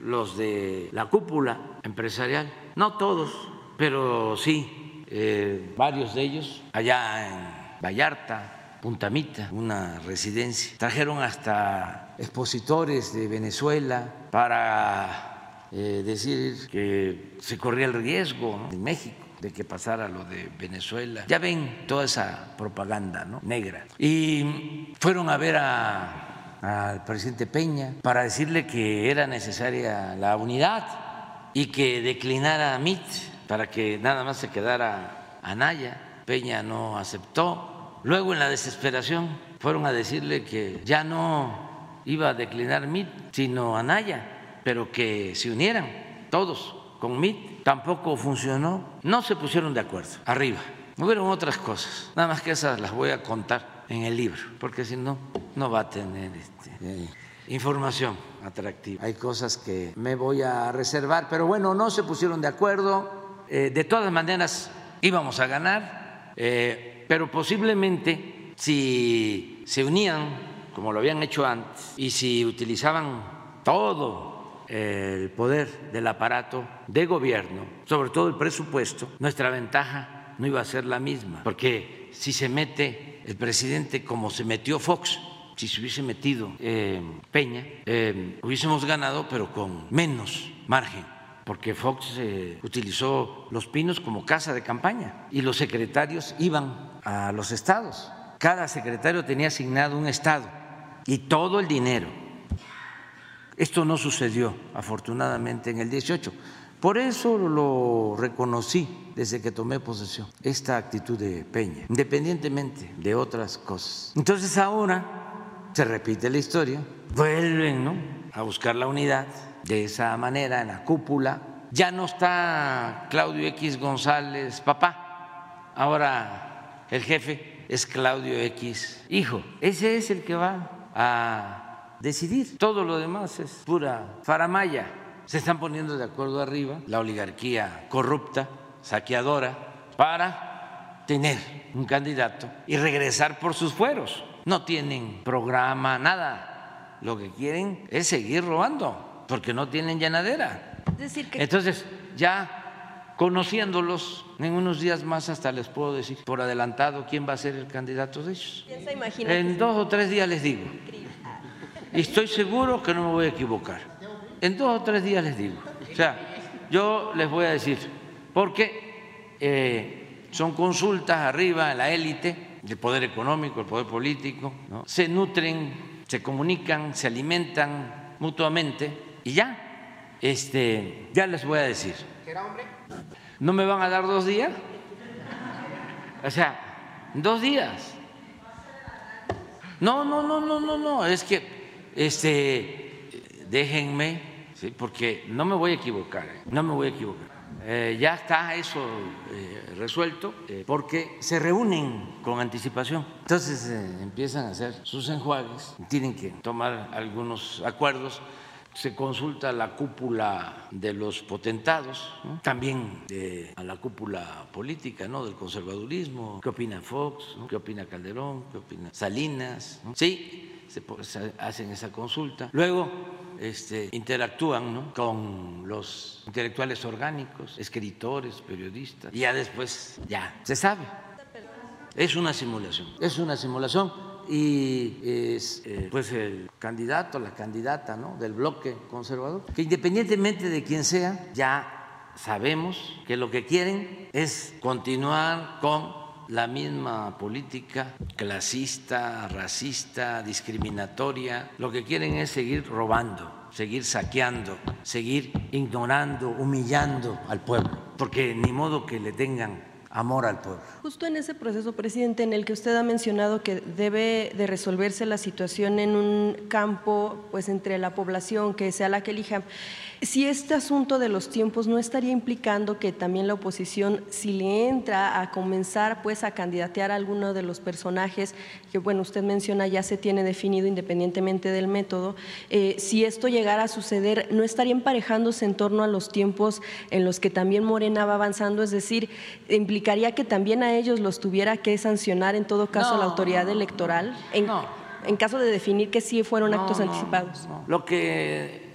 los de la cúpula empresarial, no todos, pero sí, eh, varios de ellos, allá en Vallarta, Punta Mita, una residencia. Trajeron hasta expositores de Venezuela para eh, decir que se corría el riesgo, ¿no?, en México de que pasara lo de Venezuela. Ya ven toda esa propaganda, ¿no?, negra. Y fueron a ver a al presidente Peña para decirle que era necesaria la unidad y que declinara a M I T para que nada más se quedara Anaya. Peña no aceptó. Luego, en la desesperación, fueron a decirle que ya no iba a declinar M I T, sino Anaya, pero que se unieran todos con M I T. Tampoco funcionó. No se pusieron de acuerdo. Arriba. Hubieron otras cosas, nada más que esas las voy a contar en el libro, porque si no, no va a tener este, eh, información atractiva. Hay cosas que me voy a reservar, pero bueno, no se pusieron de acuerdo. Eh, de todas maneras, íbamos a ganar, eh, pero posiblemente si se unían, como lo habían hecho antes, y si utilizaban todo el poder del aparato de gobierno, sobre todo el presupuesto, nuestra ventaja no iba a ser la misma, porque si se mete el presidente como se metió Fox, si se hubiese metido eh, Peña, eh, hubiésemos ganado, pero con menos margen, porque Fox eh, utilizó Los Pinos como casa de campaña y los secretarios iban a los estados. Cada secretario tenía asignado un estado y todo el dinero. Esto no sucedió, afortunadamente, en el dieciocho. Por eso lo reconocí desde que tomé posesión, esta actitud de Peña, independientemente de otras cosas. Entonces ahora se repite la historia, vuelven, ¿no?, a buscar la unidad de esa manera en la cúpula. Ya no está Claudio X González papá, ahora el jefe es Claudio X hijo. Ese es el que va a decidir. Todo lo demás es pura faramaya. Se están poniendo de acuerdo arriba, la oligarquía corrupta, saqueadora, para tener un candidato y regresar por sus fueros. No tienen programa, nada. Lo que quieren es seguir robando, porque no tienen llenadera. Es decir que... Entonces, ya conociéndolos, en unos días más hasta les puedo decir por adelantado quién va a ser el candidato de ellos. En dos o tres días les digo. Y estoy seguro que no me voy a equivocar. En dos o tres días les digo. O sea, yo les voy a decir, porque eh, son consultas arriba en la élite, el poder económico, el poder político, ¿no? Se nutren, se comunican, se alimentan mutuamente y ya, este, ya les voy a decir. ¿No me van a dar dos días? O sea, dos días. No, no, no, no, no, no, es que este déjenme, ¿sí?, porque no me voy a equivocar, no me voy a equivocar. Eh, ya está eso eh, resuelto, eh, porque se reúnen con anticipación. Entonces eh, empiezan a hacer sus enjuagues, tienen que tomar algunos acuerdos. Se consulta a la cúpula de los potentados, ¿no?, también eh, a la cúpula política, ¿no?, del conservadurismo. ¿Qué opina Fox? ¿No? ¿Qué opina Calderón? ¿Qué opina Salinas? ¿No? Sí. Se, se hacen esa consulta, luego este, interactúan, ¿no?, con los intelectuales orgánicos, escritores, periodistas, y ya después ya se sabe. Es una simulación, es una simulación y es eh, pues el candidato, la candidata, ¿no?, del bloque conservador, que independientemente de quién sea, ya sabemos que lo que quieren es continuar con la misma política clasista, racista, discriminatoria. Lo que quieren es seguir robando, seguir saqueando, seguir ignorando, humillando al pueblo, porque ni modo que le tengan amor al pueblo. Justo en ese proceso, presidente, en el que usted ha mencionado que debe de resolverse la situación en un campo, pues entre la población que sea la que elija, si este asunto de los tiempos no estaría implicando que también la oposición, si le entra a comenzar pues a candidatear a alguno de los personajes que, bueno, usted menciona ya se tiene definido independientemente del método, eh, si esto llegara a suceder, ¿no estaría emparejándose en torno a los tiempos en los que también Morena va avanzando? Es decir, ¿implicaría que también a ellos los tuviera que sancionar en todo caso no, la autoridad electoral? En, no. en caso de definir que sí fueron no, actos no, anticipados. No. Lo que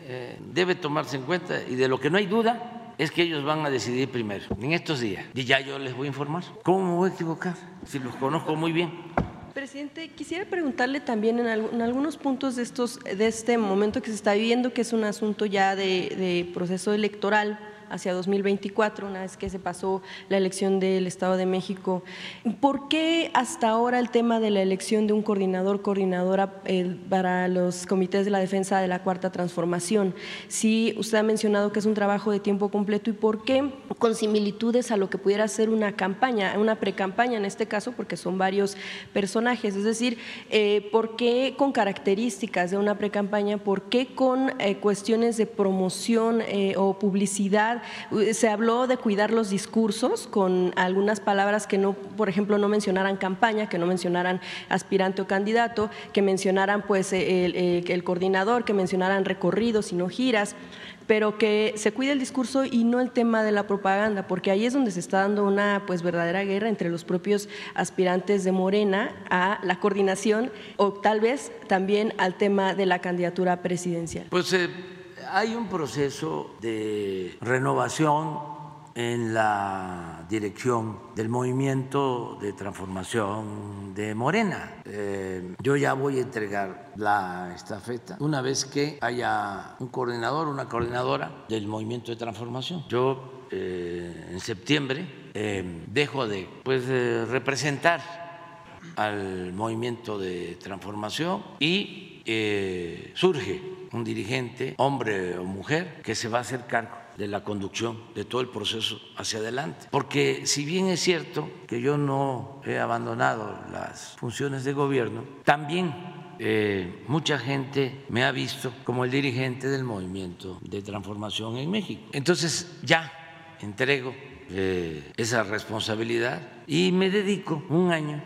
eh, debe tomarse en cuenta y de lo que no hay duda es que ellos van a decidir primero, en estos días. Y ya yo les voy a informar. ¿Cómo me voy a equivocar? Si los conozco muy bien. Presidente, quisiera preguntarle también en, alg- en algunos puntos de, estos, de este momento que se está viviendo, que es un asunto ya de, de proceso electoral hacia dos mil veinticuatro, una vez que se pasó la elección del Estado de México. ¿Por qué hasta ahora el tema de la elección de un coordinador, coordinadora eh, para los comités de la defensa de la Cuarta Transformación? Sí, usted ha mencionado que es un trabajo de tiempo completo, ¿y por qué con similitudes a lo que pudiera ser una campaña, una precampaña en este caso, porque son varios personajes? Es decir, eh, ¿por qué con características de una precampaña? ¿Por qué con eh, cuestiones de promoción eh, o publicidad? Se habló de cuidar los discursos con algunas palabras que no, por ejemplo, no mencionaran campaña, que no mencionaran aspirante o candidato, que mencionaran pues el, el, el coordinador, que mencionaran recorridos, sino giras, pero que se cuide el discurso y no el tema de la propaganda, porque ahí es donde se está dando una pues verdadera guerra entre los propios aspirantes de Morena a la coordinación o tal vez también al tema de la candidatura presidencial. Pues eh, hay un proceso de renovación en la dirección del movimiento de transformación de Morena. Eh, yo ya voy a entregar la estafeta una vez que haya un coordinador, una coordinadora del movimiento de transformación. Yo eh, en septiembre eh, dejo de pues, de representar al movimiento de transformación y eh, surge un dirigente, hombre o mujer, que se va a hacer cargo de la conducción de todo el proceso hacia adelante. Porque si bien es cierto que yo no he abandonado las funciones de gobierno, también eh, mucha gente me ha visto como el dirigente del movimiento de transformación en México. Entonces ya entrego eh, esa responsabilidad y me dedico un año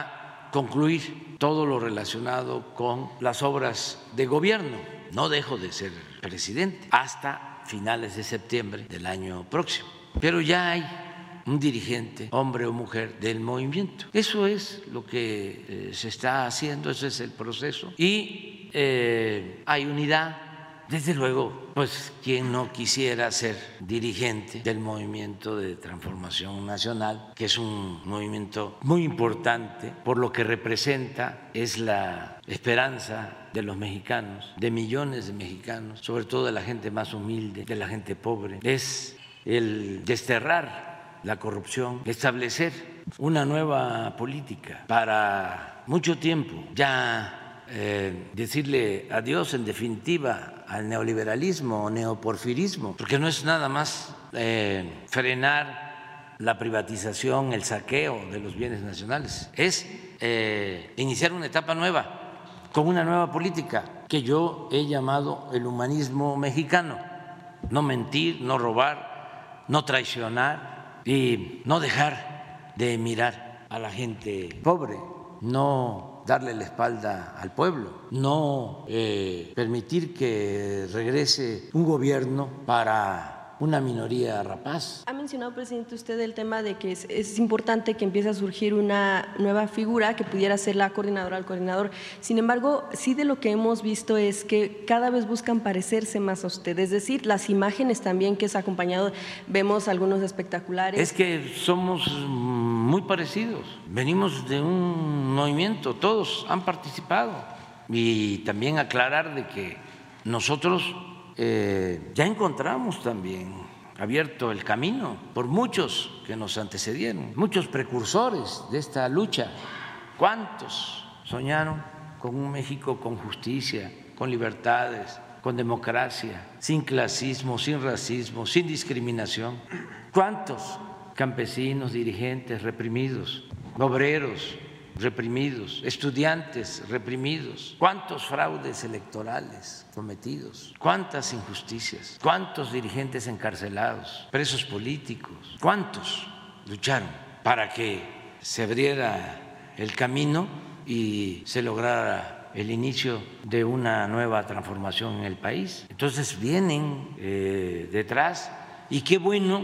a concluir todo lo relacionado con las obras de gobierno. No dejo de ser presidente hasta finales de septiembre del año próximo, pero ya hay un dirigente, hombre o mujer, del movimiento. Eso es lo que eh, se está haciendo, ese es el proceso y eh, hay unidad. Desde luego, pues quien no quisiera ser dirigente del movimiento de transformación nacional, que es un movimiento muy importante por lo que representa, es la esperanza de los mexicanos, de millones de mexicanos, sobre todo de la gente más humilde, de la gente pobre, es el desterrar la corrupción, establecer una nueva política para mucho tiempo, ya Eh, decirle adiós en definitiva al neoliberalismo o neoporfirismo, porque no es nada más eh, frenar la privatización, el saqueo de los bienes nacionales, es eh, iniciar una etapa nueva con una nueva política que yo he llamado el humanismo mexicano: no mentir, no robar, no traicionar y no dejar de mirar a la gente pobre, no darle la espalda al pueblo, no eh, permitir que regrese un gobierno para una minoría rapaz. Ha mencionado, presidente, usted el tema de que es, es importante que empiece a surgir una nueva figura que pudiera ser la coordinadora al coordinador. Sin embargo, sí de lo que hemos visto es que cada vez buscan parecerse más a usted, es decir, las imágenes también que es acompañado, vemos algunos espectaculares. Es que somos muy parecidos, venimos de un movimiento, todos han participado, y también aclarar de que nosotros eh, ya encontramos también abierto el camino por muchos que nos antecedieron, muchos precursores de esta lucha. ¿Cuántos soñaron con un México con justicia, con libertades, con democracia, sin clasismo, sin racismo, sin discriminación? ¿Cuántos campesinos, dirigentes reprimidos, obreros reprimidos, estudiantes reprimidos? ¿Cuántos fraudes electorales cometidos? ¿Cuántas injusticias? ¿Cuántos dirigentes encarcelados, presos políticos? ¿Cuántos lucharon para que se abriera el camino y se lograra el inicio de una nueva transformación en el país? Entonces vienen eh, detrás, y qué bueno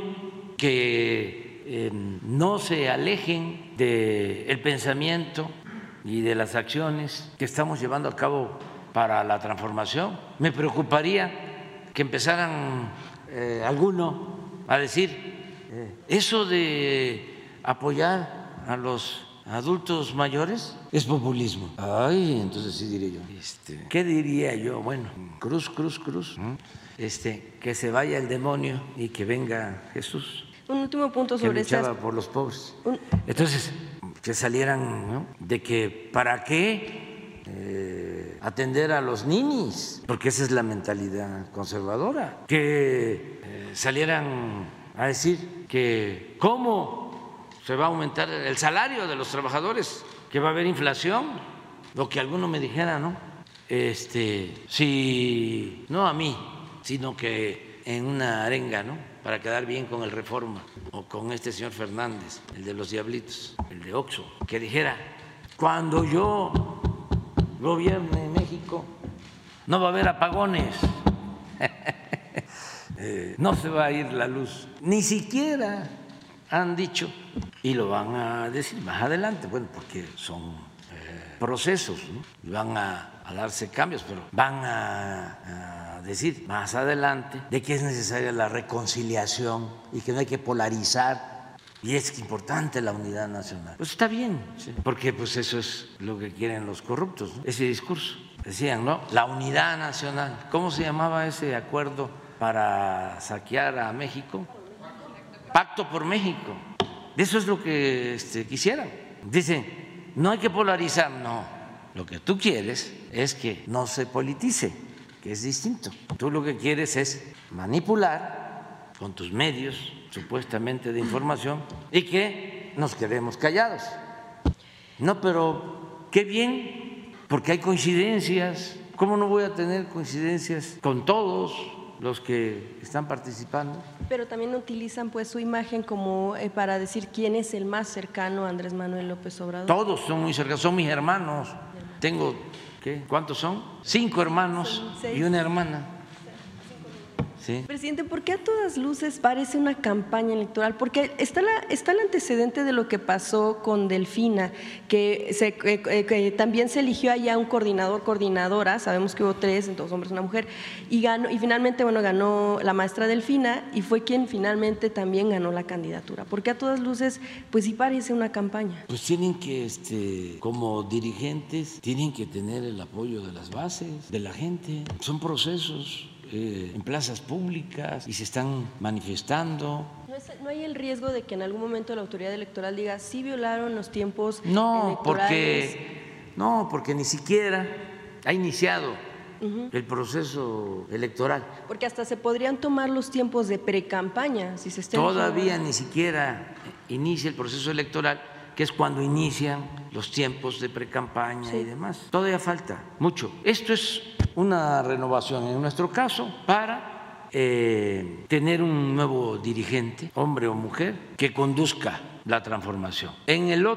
que Eh, no se alejen del pensamiento y de las acciones que estamos llevando a cabo para la transformación. Me preocuparía que empezaran eh, alguno a decir eh, eso de apoyar a los adultos mayores es populismo. Ay, entonces sí diría yo. Este, ¿Qué diría yo? Bueno, cruz, cruz, cruz. Este, que se vaya el demonio y que venga Jesús. Un último punto sobre que luchaba estas... por los pobres. Un... Entonces, que salieran, ¿no? De que para qué eh, atender a los ninis, porque esa es la mentalidad conservadora. Que eh, salieran a decir que cómo se va a aumentar el salario de los trabajadores, que va a haber inflación, lo que alguno me dijera, ¿no? Este, si no a mí, sino que en una arenga, ¿no? Para quedar bien con el Reforma o con este señor Fernández, el de los Diablitos, el de Oxxo, que dijera, cuando yo gobierne México no va a haber apagones, eh, no se va a ir la luz, ni siquiera han dicho, y lo van a decir más adelante, bueno, porque son eh, procesos, ¿no? Y van a, a darse cambios, pero van a, a decir más adelante de que es necesaria la reconciliación y que no hay que polarizar y es importante la unidad nacional. Pues está bien, ¿sí? Porque pues eso es lo que quieren los corruptos, ¿no? Ese discurso. Decían, ¿no? La unidad nacional. ¿Cómo se llamaba ese acuerdo para saquear a México? Pacto por México. Eso es lo que este, quisieran. Dicen, no hay que polarizar, no. Lo que tú quieres es que no se politice, que es distinto. Tú lo que quieres es manipular con tus medios supuestamente de información y que nos quedemos callados. No, pero qué bien, porque hay coincidencias. ¿Cómo no voy a tener coincidencias con todos los que están participando? Pero también utilizan pues su imagen como eh, para decir quién es el más cercano a Andrés Manuel López Obrador. Todos son muy cercanos, son mis hermanos. Tengo, ¿qué? ¿Cuántos son? Cinco hermanos y una hermana. Sí. Presidente, ¿por qué a todas luces parece una campaña electoral? Porque está, la, está el antecedente de lo que pasó con Delfina, que, se, eh, que también se eligió allá un coordinador, coordinadora, sabemos que hubo tres, dos hombres y una mujer, y, ganó, y finalmente bueno, ganó la maestra Delfina y fue quien finalmente también ganó la candidatura. ¿Por qué a todas luces pues sí parece una campaña? Pues tienen que, este, como dirigentes, tienen que tener el apoyo de las bases, de la gente. Son procesos Eh, en plazas públicas y se están manifestando. ¿No, es, ¿No hay el riesgo de que en algún momento la autoridad electoral diga sí violaron los tiempos no, electorales? Porque, no, porque ni siquiera ha iniciado uh-huh. el proceso electoral. Porque hasta se podrían tomar los tiempos de precampaña si se está Todavía ni siquiera inicia el proceso electoral, que es cuando inician los tiempos de precampaña sí. y demás. Todavía falta mucho. Esto es una renovación, en nuestro caso, para eh, tener un nuevo dirigente, hombre o mujer, que conduzca la transformación. En el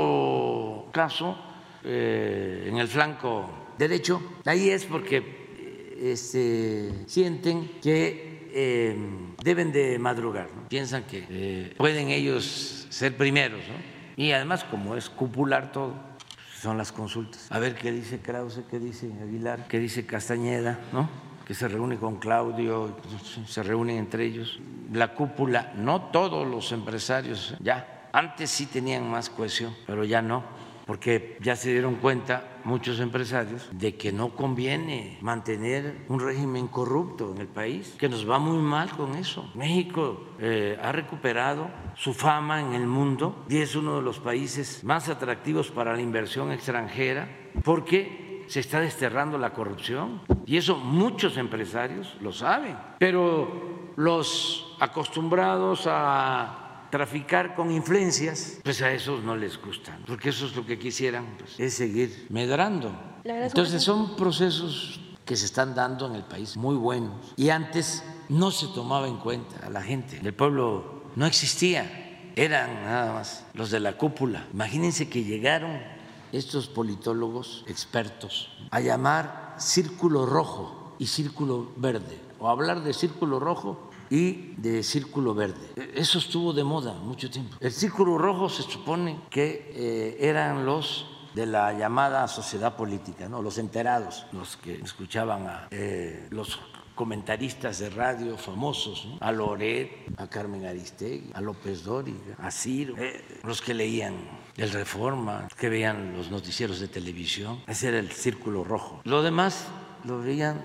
otro caso, eh, en el flanco derecho, ahí es porque eh, este, sienten que eh, deben de madrugar, ¿no? Piensan que eh, pueden ellos ser primeros, ¿no? Y además, como es cupular todo, son las consultas. A ver qué dice Krause, qué dice Aguilar, qué dice Castañeda, ¿no? Que se reúne con Claudio, se reúnen entre ellos. La cúpula, no todos los empresarios, ya. Antes sí tenían más cohesión, pero ya no, porque ya se dieron cuenta muchos empresarios de que no conviene mantener un régimen corrupto en el país, que nos va muy mal con eso. México eh, ha recuperado su fama en el mundo y es uno de los países más atractivos para la inversión extranjera porque se está desterrando la corrupción y eso muchos empresarios lo saben, pero los acostumbrados a traficar con influencias, pues a esos no les gusta, porque eso es lo que quisieran, pues, es seguir medrando. Entonces son procesos que se están dando en el país muy buenos y antes no se tomaba en cuenta a la gente, el pueblo no existía, eran nada más los de la cúpula. Imagínense que llegaron estos politólogos expertos a llamar círculo rojo y círculo verde, o hablar de círculo rojo y de círculo verde. Eso estuvo de moda mucho tiempo. El círculo rojo se supone que eh, eran los de la llamada sociedad política, ¿no? Los enterados, los que escuchaban a eh, los comentaristas de radio famosos, ¿no? A Loret, a Carmen Aristegui, a López Dóriga, a Ciro, eh, los que leían el Reforma, que veían los noticieros de televisión. Ese era el círculo rojo. Lo demás lo veían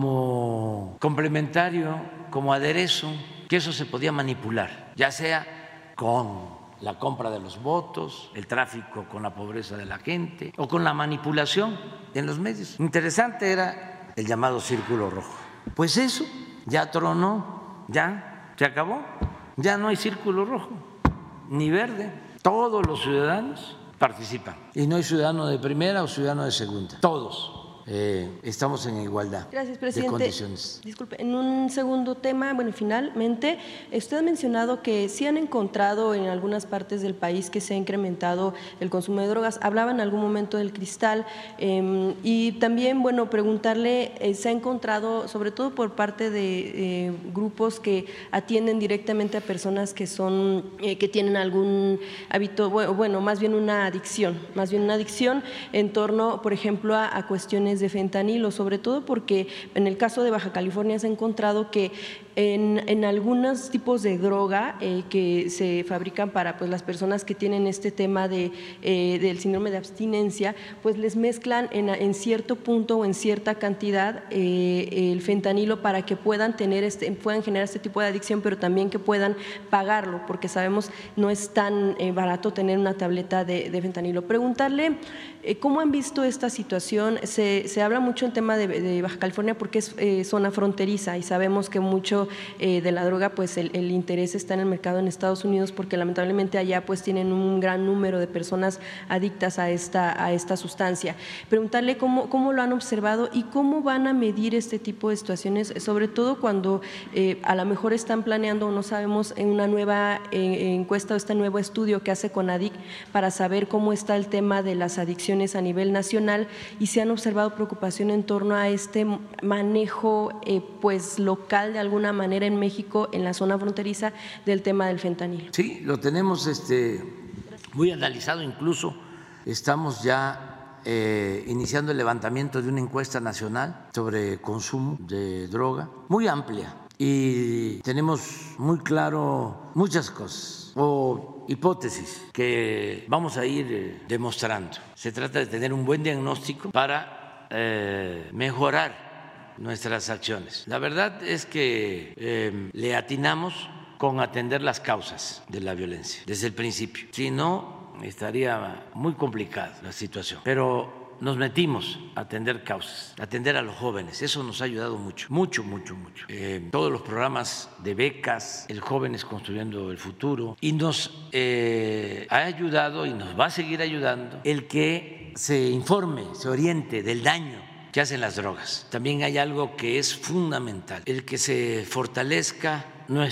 como complementario, como aderezo, que eso se podía manipular, ya sea con la compra de los votos, el tráfico con la pobreza de la gente o con la manipulación en los medios. Interesante era el llamado círculo rojo. Pues eso ya tronó, ya se acabó, ya no hay círculo rojo ni verde. Todos los ciudadanos participan y no hay ciudadano de primera o ciudadano de segunda, todos. Eh, estamos en igualdad. Gracias, presidente. De condiciones. Disculpe, en un segundo tema, bueno, finalmente, usted ha mencionado que sí han encontrado en algunas partes del país que se ha incrementado el consumo de drogas. Hablaba en algún momento del cristal eh, y también, bueno, preguntarle, eh, se ha encontrado, sobre todo por parte de eh, grupos que atienden directamente a personas que son, eh, que tienen algún hábito, bueno, más bien una adicción, más bien una adicción en torno, por ejemplo, a, a cuestiones de fentanilo, sobre todo porque en el caso de Baja California se ha encontrado que en, en algunos tipos de droga eh, que se fabrican para pues, las personas que tienen este tema de, eh, del síndrome de abstinencia, pues les mezclan en, en cierto punto o en cierta cantidad eh, el fentanilo para que puedan tener este, puedan generar este tipo de adicción, pero también que puedan pagarlo, porque sabemos no es tan eh, barato tener una tableta de, de fentanilo. Preguntarle eh, cómo han visto esta situación. Se Se habla mucho en tema de, de Baja California porque es eh, zona fronteriza y sabemos que mucho eh, de la droga, pues el, el interés está en el mercado en Estados Unidos porque lamentablemente allá pues tienen un gran número de personas adictas a esta, a esta sustancia. Preguntarle cómo, cómo lo han observado y cómo van a medir este tipo de situaciones, sobre todo cuando eh, a lo mejor están planeando o no sabemos en una nueva eh, encuesta o este nuevo estudio que hace CONADIC para saber cómo está el tema de las adicciones a nivel nacional y se han observado preocupación en torno a este manejo eh, pues local de alguna manera en México, en la zona fronteriza, del tema del fentanilo. Sí, lo tenemos este, muy analizado, incluso estamos ya eh, iniciando el levantamiento de una encuesta nacional sobre consumo de droga, muy amplia, y tenemos muy claro muchas cosas o hipótesis que vamos a ir eh, demostrando. Se trata de tener un buen diagnóstico para Eh, mejorar nuestras acciones. La verdad es que eh, le atinamos con atender las causas de la violencia desde el principio. Si no, estaría muy complicada la situación. Pero nos metimos a atender causas, a atender a los jóvenes. Eso nos ha ayudado mucho, mucho, mucho, mucho. Eh, todos los programas de becas, el Jóvenes Construyendo el Futuro, y nos eh, ha ayudado y nos va a seguir ayudando el que se informe, se oriente del daño que hacen las drogas. También hay algo que es fundamental, el que se fortalezca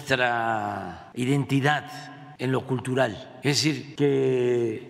nuestra identidad en lo cultural, es decir, que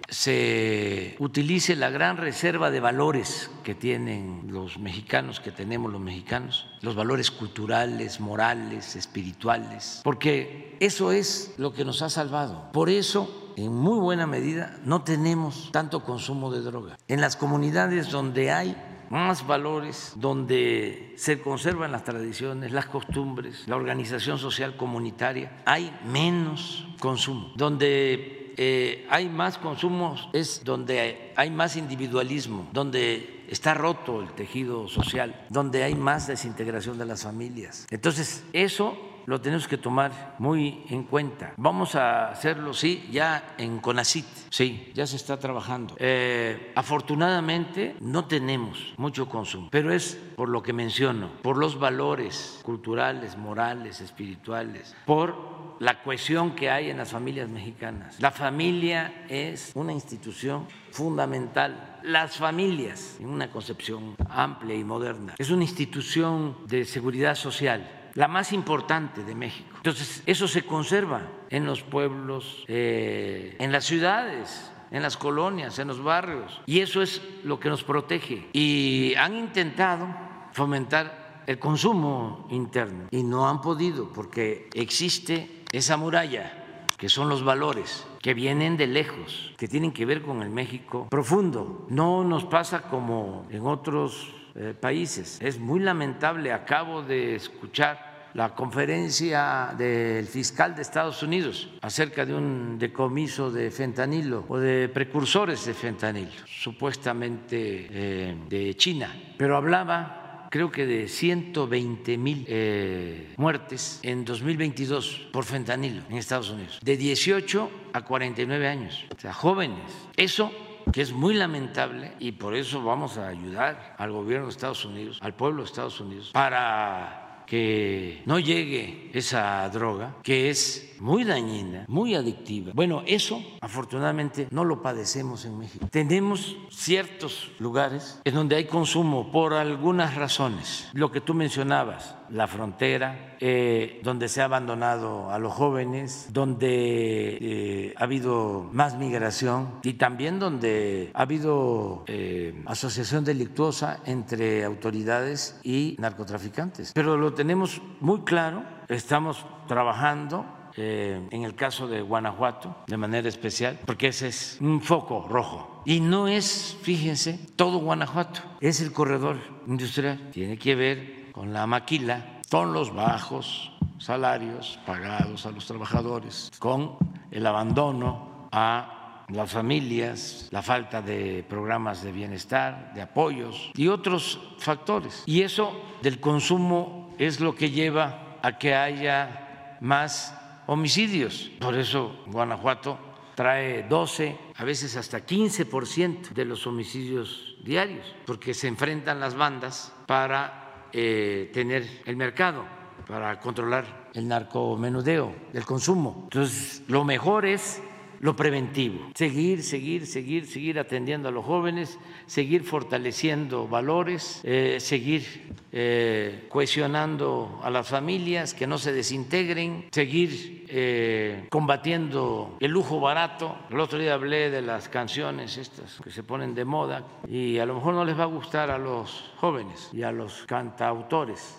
se utilice la gran reserva de valores que tienen los mexicanos, que tenemos los mexicanos, los valores culturales, morales, espirituales, porque eso es lo que nos ha salvado. Por eso, en muy buena medida, no tenemos tanto consumo de droga. En las comunidades donde hay más valores, donde se conservan las tradiciones, las costumbres, la organización social comunitaria, hay menos consumo. Donde eh, hay más consumo es donde hay más individualismo, donde está roto el tejido social, donde hay más desintegración de las familias. Entonces, eso lo tenemos que tomar muy en cuenta. Vamos a hacerlo, sí, ya en CONACYT, sí, ya se está trabajando. Eh, afortunadamente no tenemos mucho consumo, pero es por lo que menciono, por los valores culturales, morales, espirituales, por la cohesión que hay en las familias mexicanas. La familia es una institución fundamental. Las familias, en una concepción amplia y moderna, es una institución de seguridad social, la más importante de México. Entonces, eso se conserva en los pueblos, eh, en las ciudades, en las colonias, en los barrios, y eso es lo que nos protege. Y han intentado fomentar el consumo interno y no han podido, porque existe esa muralla, que son los valores, que vienen de lejos, que tienen que ver con el México profundo. No nos pasa como en otros eh, países. Es muy lamentable, acabo de escuchar la conferencia del fiscal de Estados Unidos acerca de un decomiso de fentanilo o de precursores de fentanilo, supuestamente eh, de China, pero hablaba creo que de ciento veinte mil eh, muertes en dos mil veintidós por fentanilo en Estados Unidos, de dieciocho a cuarenta y nueve años, o sea, jóvenes. Eso que es muy lamentable, y por eso vamos a ayudar al gobierno de Estados Unidos, al pueblo de Estados Unidos, para que no llegue esa droga, que es muy dañina, muy adictiva. Bueno, eso afortunadamente no lo padecemos en México. Tenemos ciertos lugares en donde hay consumo por algunas razones. Lo que tú mencionabas, la frontera, eh, donde se ha abandonado a los jóvenes, donde eh, ha habido más migración y también donde ha habido eh, asociación delictuosa entre autoridades y narcotraficantes. Pero lo tenemos muy claro, estamos trabajando eh, en el caso de Guanajuato de manera especial, porque ese es un foco rojo. Y no es, fíjense, todo Guanajuato, es el corredor industrial, tiene que ver con la maquila, con los bajos salarios pagados a los trabajadores, con el abandono a las familias, la falta de programas de bienestar, de apoyos y otros factores. Y eso del consumo es lo que lleva a que haya más homicidios. Por eso Guanajuato trae doce, a veces hasta quince por ciento de los homicidios diarios, porque se enfrentan las bandas para eh, tener el mercado, para controlar el narcomenudeo, el consumo. Entonces, lo mejor es lo preventivo, seguir, seguir, seguir, seguir atendiendo a los jóvenes, seguir fortaleciendo valores, eh, seguir eh, cohesionando a las familias, que no se desintegren, seguir eh, combatiendo el lujo barato. El otro día hablé de las canciones estas que se ponen de moda y a lo mejor no les va a gustar a los jóvenes y a los cantautores,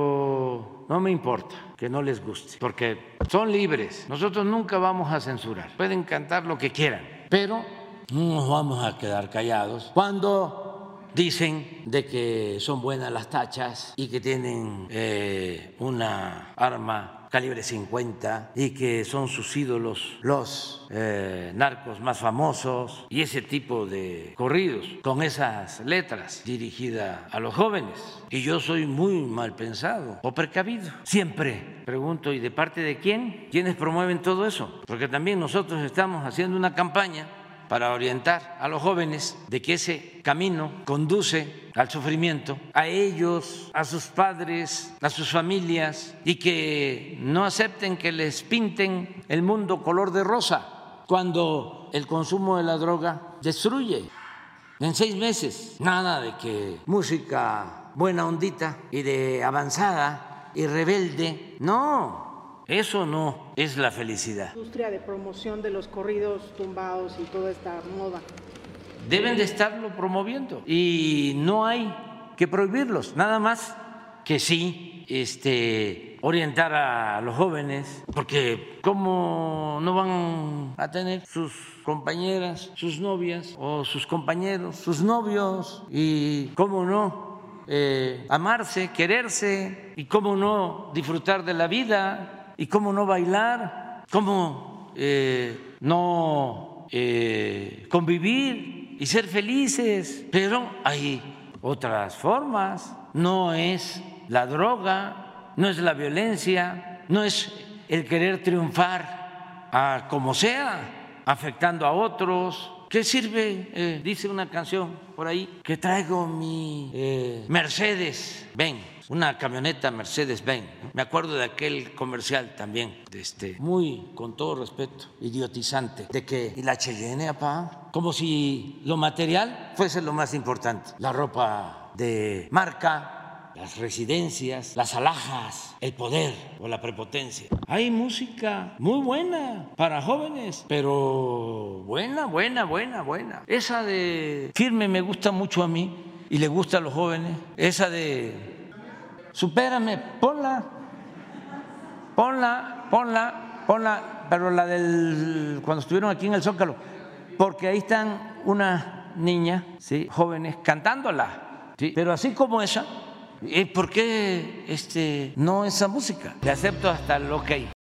pero no me importa que no les guste, porque son libres. Nosotros nunca vamos a censurar. Pueden cantar lo que quieran, pero no nos vamos a quedar callados cuando dicen de que son buenas las tachas y que tienen eh, una arma calibre cincuenta y que son sus ídolos los eh, narcos más famosos y ese tipo de corridos con esas letras dirigidas a los jóvenes. Y yo soy muy mal pensado o precavido. Siempre pregunto, ¿y de parte de quién? ¿Quiénes promueven todo eso? Porque también nosotros estamos haciendo una campaña para orientar a los jóvenes de que ese camino conduce al sufrimiento, a ellos, a sus padres, a sus familias, y que no acepten que les pinten el mundo color de rosa cuando el consumo de la droga destruye en seis meses. Nada de que música buena ondita y de avanzada y rebelde, no. Eso no es la felicidad. Industria de promoción de los corridos tumbados y toda esta moda. Deben de estarlo promoviendo y no hay que prohibirlos, nada más que sí este, orientar a los jóvenes, porque ¿cómo no van a tener sus compañeras, sus novias o sus compañeros, sus novios? Y cómo no eh, amarse, quererse, y cómo no disfrutar de la vida. ¿Y cómo no bailar? ¿Cómo eh, no eh, convivir y ser felices? Pero hay otras formas. No es la droga, no es la violencia, no es el querer triunfar a como sea, afectando a otros. ¿Qué sirve? Eh, dice una canción por ahí, que traigo mi eh, Mercedes-Benz, una camioneta Mercedes-Benz. Me acuerdo de aquel comercial también, de este, muy, con todo respeto, idiotizante, de que, ¿y la Cheyenne, apá? Como si lo material fuese lo más importante. La ropa de marca, las residencias, las alhajas, el poder o la prepotencia. Hay música muy buena para jóvenes, pero buena, buena, buena, buena. Esa de Firme me gusta mucho a mí y le gusta a los jóvenes. Esa de Supérame, ponla, ponla, ponla, ponla, pero la del cuando estuvieron aquí en el Zócalo, porque ahí están unas niñas, sí, jóvenes, cantándola. Sí, pero así como esa, ¿por qué este, no esa música? Le acepto hasta el ok.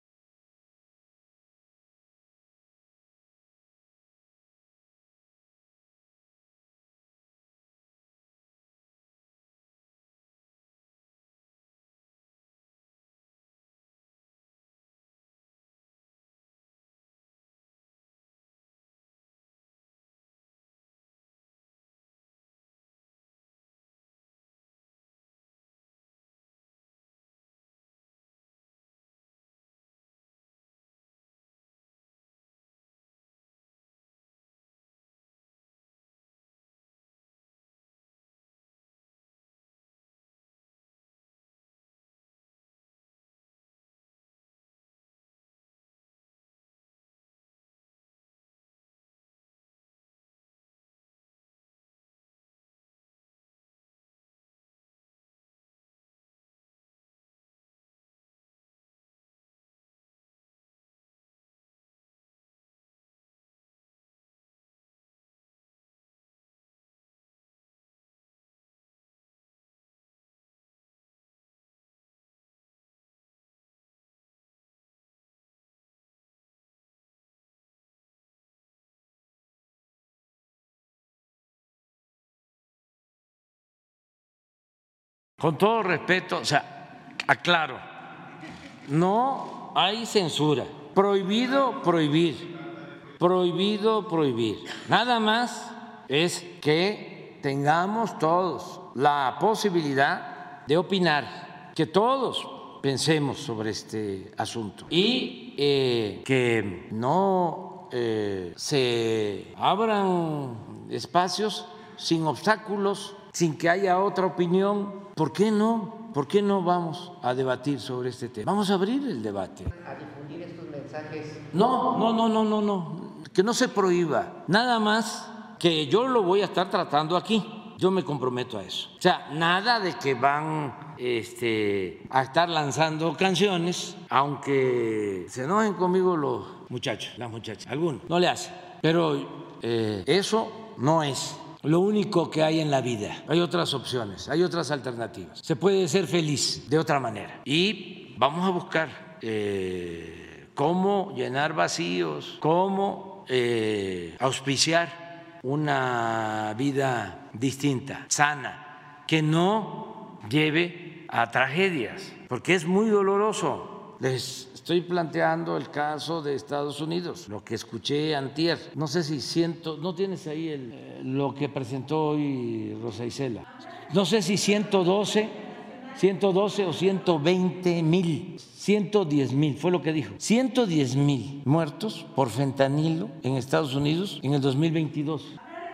Con todo respeto, o sea, aclaro, no hay censura, prohibido prohibir, prohibido prohibir. Nada más es que tengamos todos la posibilidad de opinar, que todos pensemos sobre este asunto y eh, que no eh, se abran espacios sin obstáculos, sin que haya otra opinión. ¿Por qué no? ¿Por qué no vamos a debatir sobre este tema? Vamos a abrir el debate. ¿A difundir estos mensajes? No, no, no, no, no, no, que no se prohíba. Nada más que yo lo voy a estar tratando aquí. Yo me comprometo a eso. O sea, nada de que van este, a estar lanzando canciones, aunque se enojen conmigo los muchachos, las muchachas, algunos, no le hacen. Pero eh, eso no es lo único que hay en la vida. Hay otras opciones, hay otras alternativas. Se puede ser feliz de otra manera. Y vamos a buscar eh, cómo llenar vacíos, cómo eh, auspiciar una vida distinta, sana, que no lleve a tragedias, porque es muy doloroso. Les estoy planteando el caso de Estados Unidos, lo que escuché antier. No sé si ciento, no tienes ahí el, lo que presentó hoy Rosa Isela. No sé si ciento doce, ciento doce o ciento veinte mil, ciento diez mil, fue lo que dijo. ciento diez mil muertos por fentanilo en Estados Unidos en el dos mil veintidós.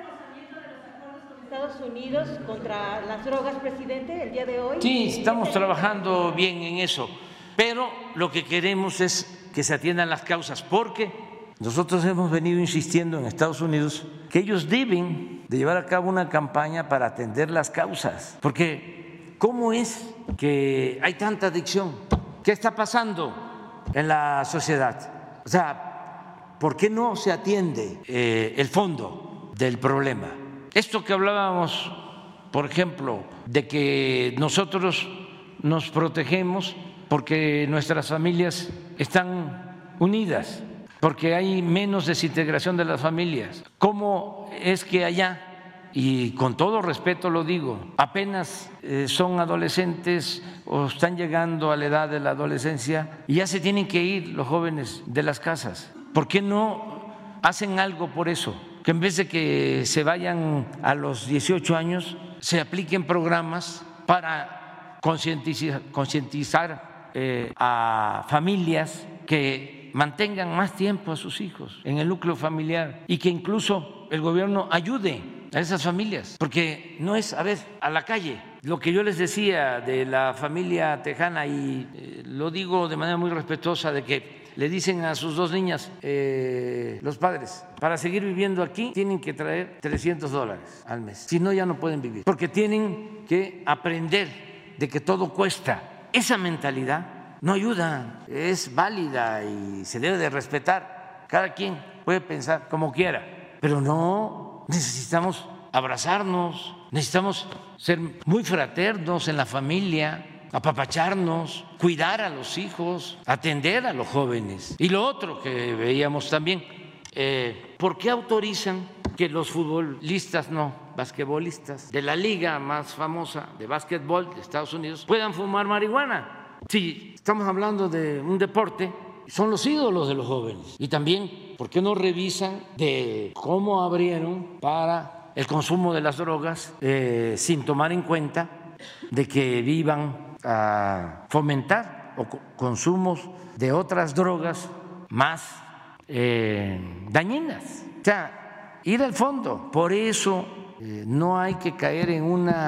Estados Unidos contra las drogas, presidente, el día de hoy. Sí, estamos trabajando bien en eso. Pero lo que queremos es que se atiendan las causas, porque nosotros hemos venido insistiendo en Estados Unidos que ellos deben de llevar a cabo una campaña para atender las causas, porque ¿cómo es que hay tanta adicción? ¿Qué está pasando en la sociedad? O sea, ¿por qué no se atiende eh, el fondo del problema? Esto que hablábamos, por ejemplo, de que nosotros nos protegemos porque nuestras familias están unidas, porque hay menos desintegración de las familias. ¿Cómo es que allá, y con todo respeto lo digo, apenas eh, son adolescentes o están llegando a la edad de la adolescencia y ya se tienen que ir los jóvenes de las casas? ¿Por qué no hacen algo por eso? Que en vez de que se vayan a los dieciocho años, se apliquen programas para concientizar, concientizar Eh, a familias que mantengan más tiempo a sus hijos en el núcleo familiar y que incluso el gobierno ayude a esas familias, porque no es, a ver, a la calle. Lo que yo les decía de la familia tejana, y eh, lo digo de manera muy respetuosa, de que le dicen a sus dos niñas, eh, los padres, para seguir viviendo aquí tienen que traer trescientos dólares al mes, si no ya no pueden vivir, porque tienen que aprender de que todo cuesta. Esa mentalidad no ayuda, es válida y se debe de respetar. Cada quien puede pensar como quiera, pero no necesitamos abrazarnos, necesitamos ser muy fraternos en la familia, apapacharnos, cuidar a los hijos, atender a los jóvenes. Y lo otro que veíamos también, eh, ¿por qué autorizan que los futbolistas, no, basquetbolistas de la liga más famosa de básquetbol de Estados Unidos puedan fumar marihuana? Si estamos hablando de un deporte, son los ídolos de los jóvenes. Y también, ¿por qué no revisan de cómo abrieron para el consumo de las drogas eh, sin tomar en cuenta de que vivan a fomentar o consumos de otras drogas más eh, dañinas? O sea, ir al fondo. Por eso eh, no hay que caer en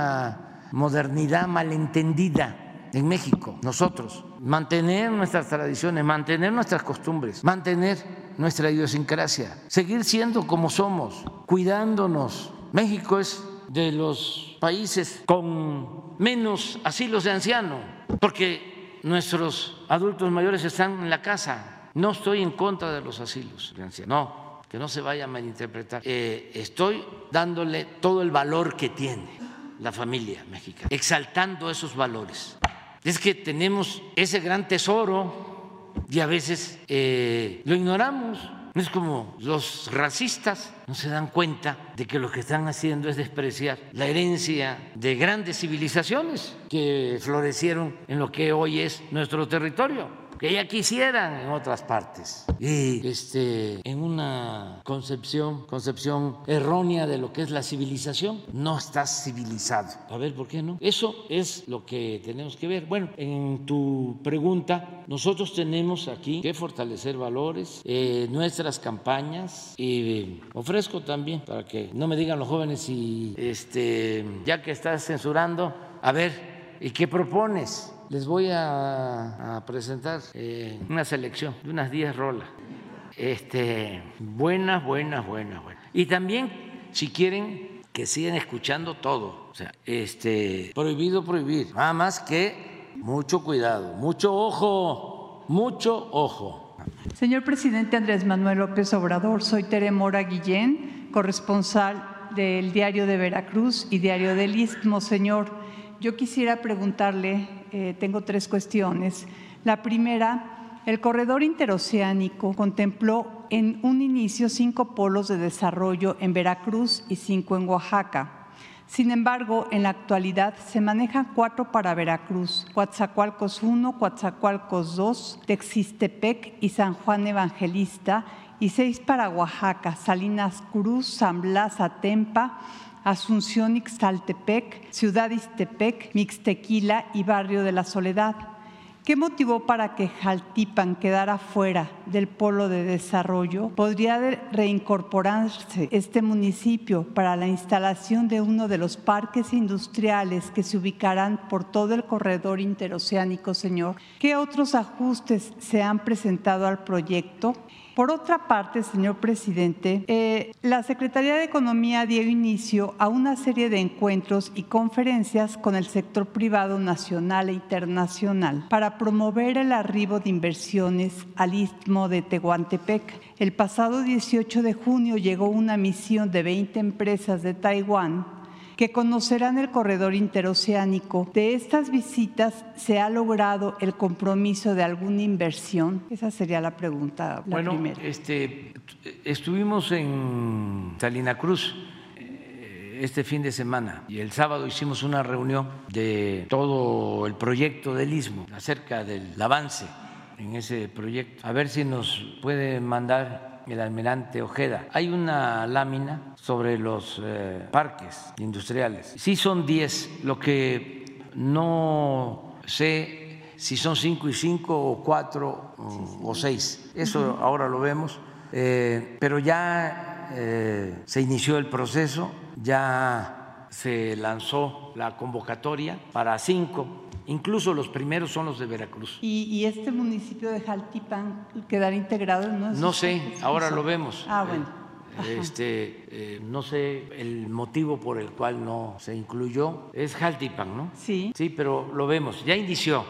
una modernidad malentendida en México. Nosotros mantener nuestras tradiciones, mantener nuestras costumbres, mantener nuestra idiosincrasia, seguir siendo como somos, cuidándonos. México es de los países con menos asilos de ancianos, porque nuestros adultos mayores están en la casa. No estoy en contra de los asilos de ancianos, no, que no se vaya a malinterpretar. Eh, estoy dándole todo el valor que tiene la familia mexicana, exaltando esos valores. Es que tenemos ese gran tesoro y a veces eh, lo ignoramos. Es como los racistas no se dan cuenta de que lo que están haciendo es despreciar la herencia de grandes civilizaciones que florecieron en lo que hoy es nuestro territorio, que ya quisieran en otras partes. Y este, en una concepción, concepción errónea de lo que es la civilización, no estás civilizado. A ver, ¿por qué no? Eso es lo que tenemos que ver. Bueno, en tu pregunta, nosotros tenemos aquí que fortalecer valores, eh, nuestras campañas, y ofrezco también, para que no me digan los jóvenes, y este, ya que estás censurando, a ver, ¿y qué propones? Les voy a, a presentar eh, una selección de unas diez rolas. Este, buenas, buenas, buenas, buenas. Y también, si quieren, que sigan escuchando todo. O sea, este, prohibido prohibir. Nada más que mucho cuidado, mucho ojo, mucho ojo. Señor presidente Andrés Manuel López Obrador, soy Tere Mora Guillén, corresponsal del Diario de Veracruz y Diario del Istmo. Señor, yo quisiera preguntarle, eh, tengo tres cuestiones. La primera, el corredor interoceánico contempló en un inicio cinco polos de desarrollo en Veracruz y cinco en Oaxaca. Sin embargo, en la actualidad se manejan cuatro para Veracruz: Coatzacoalcos uno, Coatzacoalcos dos, Texistepec y San Juan Evangelista, y seis para Oaxaca: Salinas Cruz, San Blas, Atempa, Asunción, Ixtaltepec, Ciudad Ixtepec, Mixtequila y Barrio de la Soledad. ¿Qué motivó para que Jaltipan quedara fuera del polo de desarrollo? ¿Podría reincorporarse este municipio para la instalación de uno de los parques industriales que se ubicarán por todo el corredor interoceánico, señor? ¿Qué otros ajustes se han presentado al proyecto? Por otra parte, señor presidente, eh, la Secretaría de Economía dio inicio a una serie de encuentros y conferencias con el sector privado nacional e internacional para promover el arribo de inversiones al Istmo de Tehuantepec. El pasado dieciocho de junio llegó una misión de veinte empresas de Taiwán que conocerán el corredor interoceánico. De estas visitas, ¿se ha logrado el compromiso de alguna inversión? Esa sería la pregunta, la bueno, primera. Este, estuvimos en Salina Cruz este fin de semana y el sábado hicimos una reunión de todo el proyecto del Istmo, acerca del avance en ese proyecto. A ver si nos puede mandar el almirante Ojeda. Hay una lámina sobre los eh, parques industriales. Sí son diez, lo que no sé si son cinco y cinco o cuatro o, sí, sí. o seis. Eso uh-huh. ahora lo vemos, eh, pero ya eh, se inició el proceso, ya se lanzó la convocatoria para cinco. Incluso los primeros son los de Veracruz. ¿Y, y este municipio de Jaltipan quedará integrado? No, no sé, ahora lo vemos. Ah, bueno. Eh, este, eh, no sé el motivo por el cual no se incluyó. Es Jaltipan, ¿no? Sí. Sí, pero lo vemos. Ya inició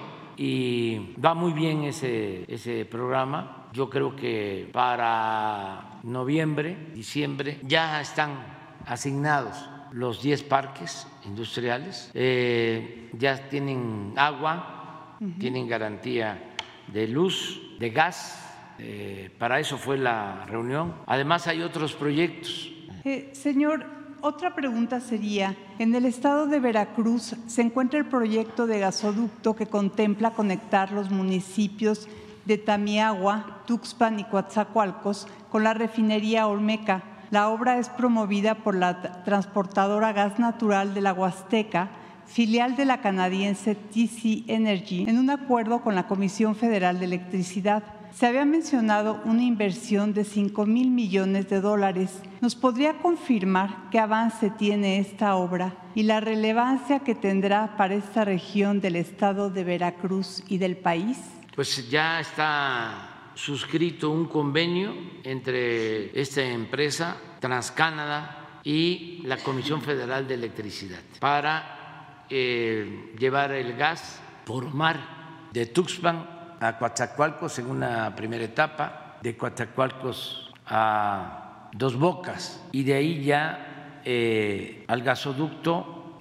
y va muy bien ese, ese programa. Yo creo que para noviembre, diciembre, ya están asignados los diez parques industriales, eh, ya tienen agua, uh-huh. tienen garantía de luz, de gas. Eh, para eso fue la reunión. Además hay otros proyectos. Eh, señor, otra pregunta sería, en el estado de Veracruz se encuentra el proyecto de gasoducto que contempla conectar los municipios de Tamiagua, Tuxpan y Coatzacoalcos con la refinería Olmeca. La obra es promovida por la transportadora Gas Natural de la Huasteca, filial de la canadiense T C Energy, en un acuerdo con la Comisión Federal de Electricidad. Se había mencionado una inversión de cinco mil millones de dólares. ¿Nos podría confirmar qué avance tiene esta obra y la relevancia que tendrá para esta región del estado de Veracruz y del país? Pues ya está suscrito un convenio entre esta empresa, TransCanada, y la Comisión Federal de Electricidad para eh, llevar el gas por mar de Tuxpan a Coatzacoalcos en una primera etapa, de Coatzacoalcos a Dos Bocas y de ahí ya eh, al gasoducto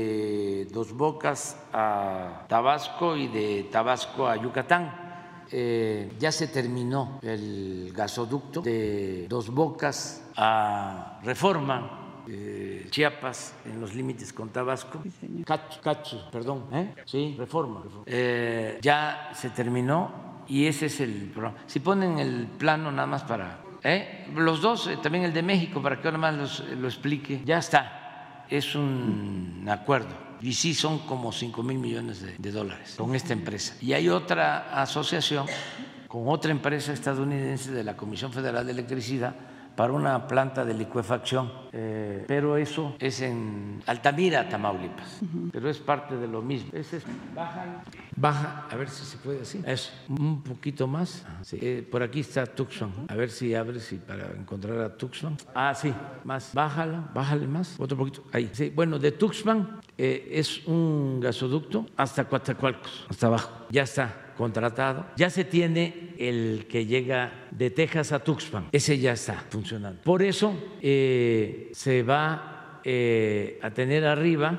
de Dos Bocas a Tabasco y de Tabasco a Yucatán. Eh, ya se terminó el gasoducto de Dos Bocas a Reforma, Eh, Chiapas, en los límites con Tabasco, sí, Cacho, Cacho, perdón, ¿eh? sí, reforma, reforma. Eh, ya se terminó y ese es el programa. Si ponen el plano nada más para, ¿eh? los dos, eh, también el de México, para que ahora más los, lo explique, ya está, es un acuerdo y sí son como cinco mil millones de, de dólares con esta empresa. Y hay otra asociación con otra empresa estadounidense de la Comisión Federal de Electricidad para una planta de licuefacción, eh, pero eso es en Altamira, Tamaulipas, uh-huh. pero es parte de lo mismo. Ese es, baja, baja, a ver si se puede así, eso, un poquito más, sí. eh, por aquí está Tuxpan, a ver si abre, si para encontrar a Tuxpan, ah sí, más, bájala, bájale más, otro poquito, ahí, sí, bueno, de Tuxpan eh, es un gasoducto hasta Coatzacoalcos, hasta abajo, ya está contratado, ya se tiene el que llega de Texas a Tuxpan, ese ya está funcionando. Por eso eh, se va eh, a tener arriba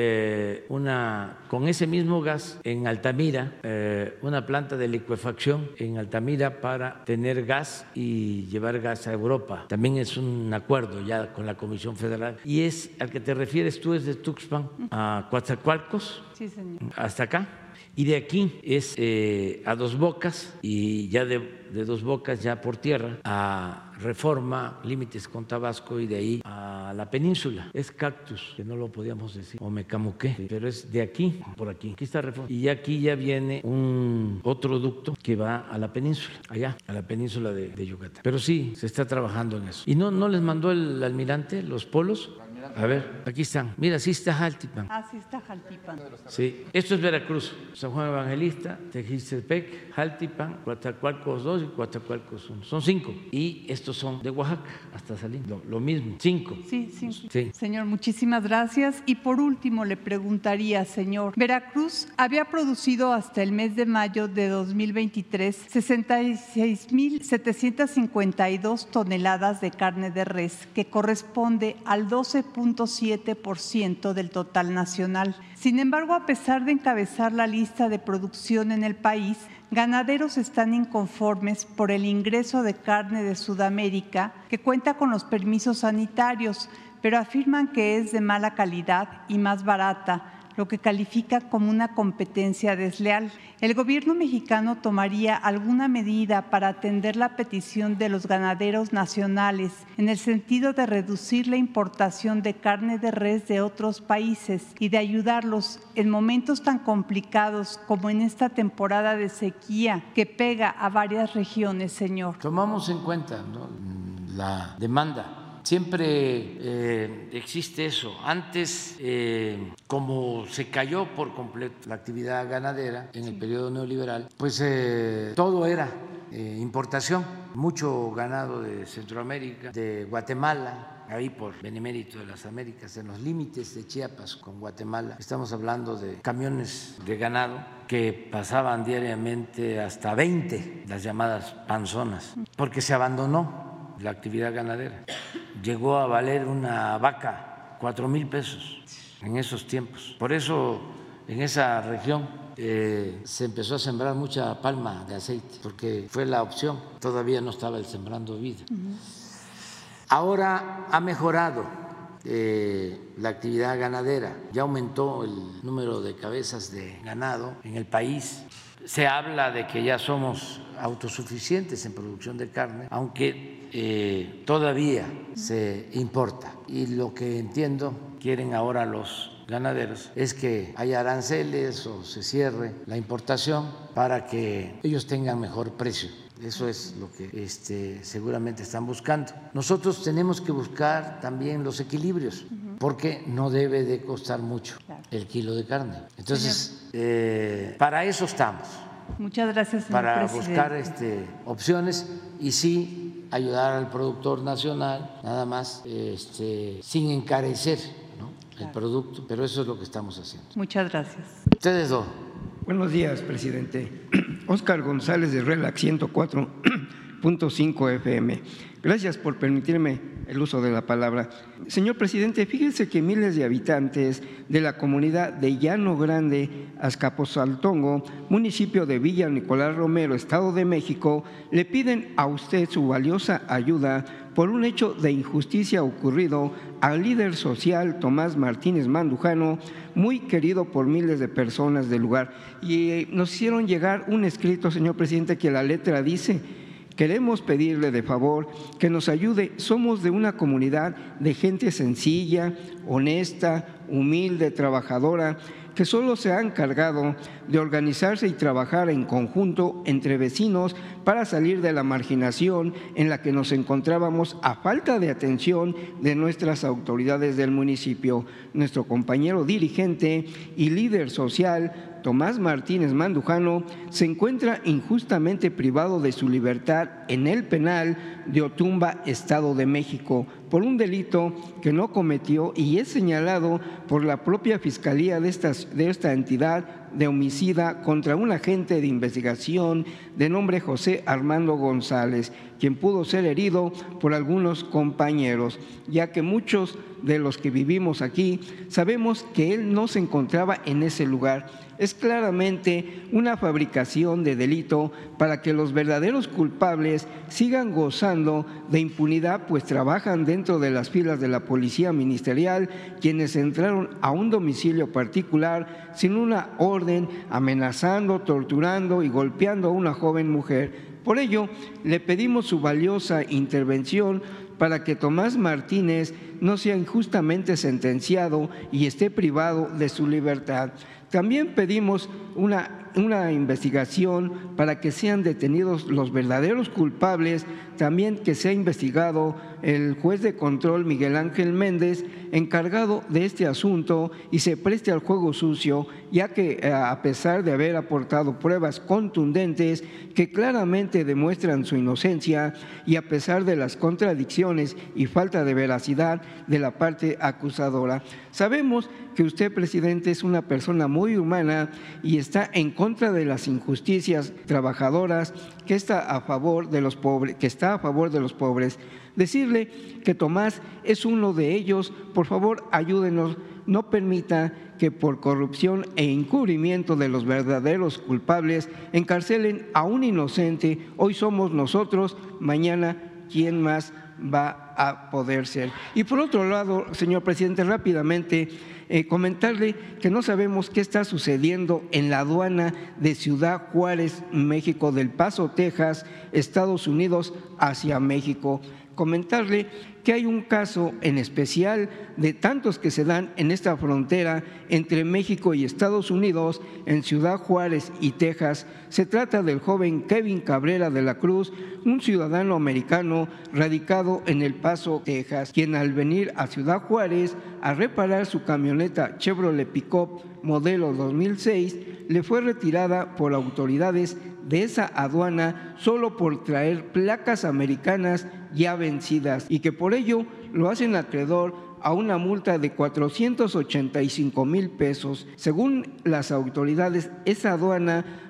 eh, una, con ese mismo gas en Altamira, eh, una planta de licuefacción en Altamira para tener gas y llevar gas a Europa. También es un acuerdo ya con la Comisión Federal. Y es al que te refieres tú, es de Tuxpan a Coatzacoalcos, sí, señor. Hasta acá. Y de aquí es eh, a Dos Bocas y ya de, de Dos Bocas ya por tierra a Reforma, límites con Tabasco y de ahí a la península. Es Cactus, que no lo podíamos decir, o me camuqué, sí, pero es de aquí, por aquí. Aquí está Reforma. Y aquí ya viene un otro ducto que va a la península, allá, a la península de, de Yucatán. Pero sí, se está trabajando en eso. ¿Y no, no les mandó el almirante los polos? A ver, aquí están. Mira, sí está Jaltipan. Ah, sí está Jaltipan. Sí, esto es Veracruz. San Juan Evangelista, Tejistepec, Jaltipan, Coatzacoalcos dos y Coatzacoalcos uno. Son cinco. Y estos son de Oaxaca hasta salir. Lo, lo mismo, cinco. Sí, cinco. Sí. Señor, muchísimas gracias. Y por último le preguntaría, señor, Veracruz había producido hasta el mes de mayo de dos mil veintitrés sesenta y seis mil setecientos cincuenta y dos toneladas de carne de res, que corresponde al doce punto siete por ciento del total nacional. Sin embargo, a pesar de encabezar la lista de producción en el país, ganaderos están inconformes por el ingreso de carne de Sudamérica que cuenta con los permisos sanitarios, pero afirman que es de mala calidad y más barata, lo que califica como una competencia desleal. ¿El gobierno mexicano tomaría alguna medida para atender la petición de los ganaderos nacionales en el sentido de reducir la importación de carne de res de otros países y de ayudarlos en momentos tan complicados como en esta temporada de sequía que pega a varias regiones, señor? Tomamos en cuenta, ¿no?, la demanda. Siempre eh, existe eso. Antes, eh, como se cayó por completo la actividad ganadera en el periodo neoliberal, pues eh, todo era eh, importación. Mucho ganado de Centroamérica, de Guatemala, ahí por Benemérito de las Américas, en los límites de Chiapas con Guatemala. Estamos hablando de camiones de ganado que pasaban diariamente hasta veinte, las llamadas panzonas, porque se abandonó la actividad ganadera. Llegó a valer una vaca cuatro mil pesos en esos tiempos. Por eso en esa región eh, se empezó a sembrar mucha palma de aceite, porque fue la opción, todavía no estaba el Sembrando Vida. Uh-huh. Ahora ha mejorado eh, la actividad ganadera, ya aumentó el número de cabezas de ganado en el país. Se habla de que ya somos autosuficientes en producción de carne, aunque eh, todavía se importa. Y lo que entiendo quieren ahora los ganaderos es que haya aranceles o se cierre la importación para que ellos tengan mejor precio. Eso es lo que este, seguramente están buscando. Nosotros tenemos que buscar también los equilibrios, porque no debe de costar mucho el kilo de carne. Entonces, eh, para eso estamos. Muchas gracias, señor Para presidente. buscar este, opciones y sí ayudar al productor nacional, nada más este, sin encarecer, ¿no?, el producto, pero eso es lo que estamos haciendo. Muchas gracias. Ustedes dos. Buenos días, presidente. Óscar González de RELAC ciento cuatro punto cinco F M. Gracias por permitirme el uso de la palabra. Señor presidente, fíjese que miles de habitantes de la comunidad de Llano Grande, Azcapotzaltongo, municipio de Villa Nicolás Romero, Estado de México, le piden a usted su valiosa ayuda por un hecho de injusticia ocurrido al líder social Tomás Martínez Mandujano, muy querido por miles de personas del lugar. Y nos hicieron llegar un escrito, señor presidente, que la letra dice: queremos pedirle de favor que nos ayude. Somos de una comunidad de gente sencilla, honesta, humilde, trabajadora, que solo se ha encargado de organizarse y trabajar en conjunto entre vecinos para salir de la marginación en la que nos encontrábamos a falta de atención de nuestras autoridades del municipio. Nuestro compañero dirigente y líder social, Tomás Martínez Mandujano, se encuentra injustamente privado de su libertad en el penal de Otumba, Estado de México, por un delito que no cometió y es señalado por la propia Fiscalía de, estas, de esta entidad de homicida contra un agente de investigación de nombre José Armando González, quien pudo ser herido por algunos compañeros, ya que muchos de los que vivimos aquí sabemos que él no se encontraba en ese lugar. Es claramente una fabricación de delito para que los verdaderos culpables sigan gozando de impunidad, pues trabajan dentro de las filas de la Policía Ministerial, quienes entraron a un domicilio particular sin una orden, amenazando, torturando y golpeando a una joven mujer. Por ello, le pedimos su valiosa intervención para que Tomás Martínez no sea injustamente sentenciado y esté privado de su libertad. También pedimos una, una investigación para que sean detenidos los verdaderos culpables, también que sea investigado el juez de control Miguel Ángel Méndez, encargado de este asunto, y se preste al juego sucio, ya que a pesar de haber aportado pruebas contundentes que claramente demuestran su inocencia y a pesar de las contradicciones y falta de veracidad de la parte acusadora. Sabemos que usted, presidente, es una persona muy humana y está en contra de las injusticias trabajadoras, que está a favor de los pobres, que está a favor de los pobres. Decirle que Tomás es uno de ellos. Por favor, ayúdenos, no permita que por corrupción e encubrimiento de los verdaderos culpables encarcelen a un inocente. Hoy somos nosotros, mañana, ¿quién más va a poder ser? Y por otro lado, señor presidente, rápidamente eh, comentarle que no sabemos qué está sucediendo en la aduana de Ciudad Juárez, México, del Paso, Texas, Estados Unidos, hacia México. Comentarle que hay un caso en especial de tantos que se dan en esta frontera entre México y Estados Unidos, en Ciudad Juárez y Texas. Se trata del joven Kevin Cabrera de la Cruz, un ciudadano americano radicado en El Paso, Texas, quien al venir a Ciudad Juárez a reparar su camioneta Chevrolet Pickup modelo dos mil seis, le fue retirada por autoridades de esa aduana solo por traer placas americanas ya vencidas, y que por ello lo hacen acreedor a una multa de cuatrocientos ochenta y cinco mil pesos. Según las autoridades, esa aduana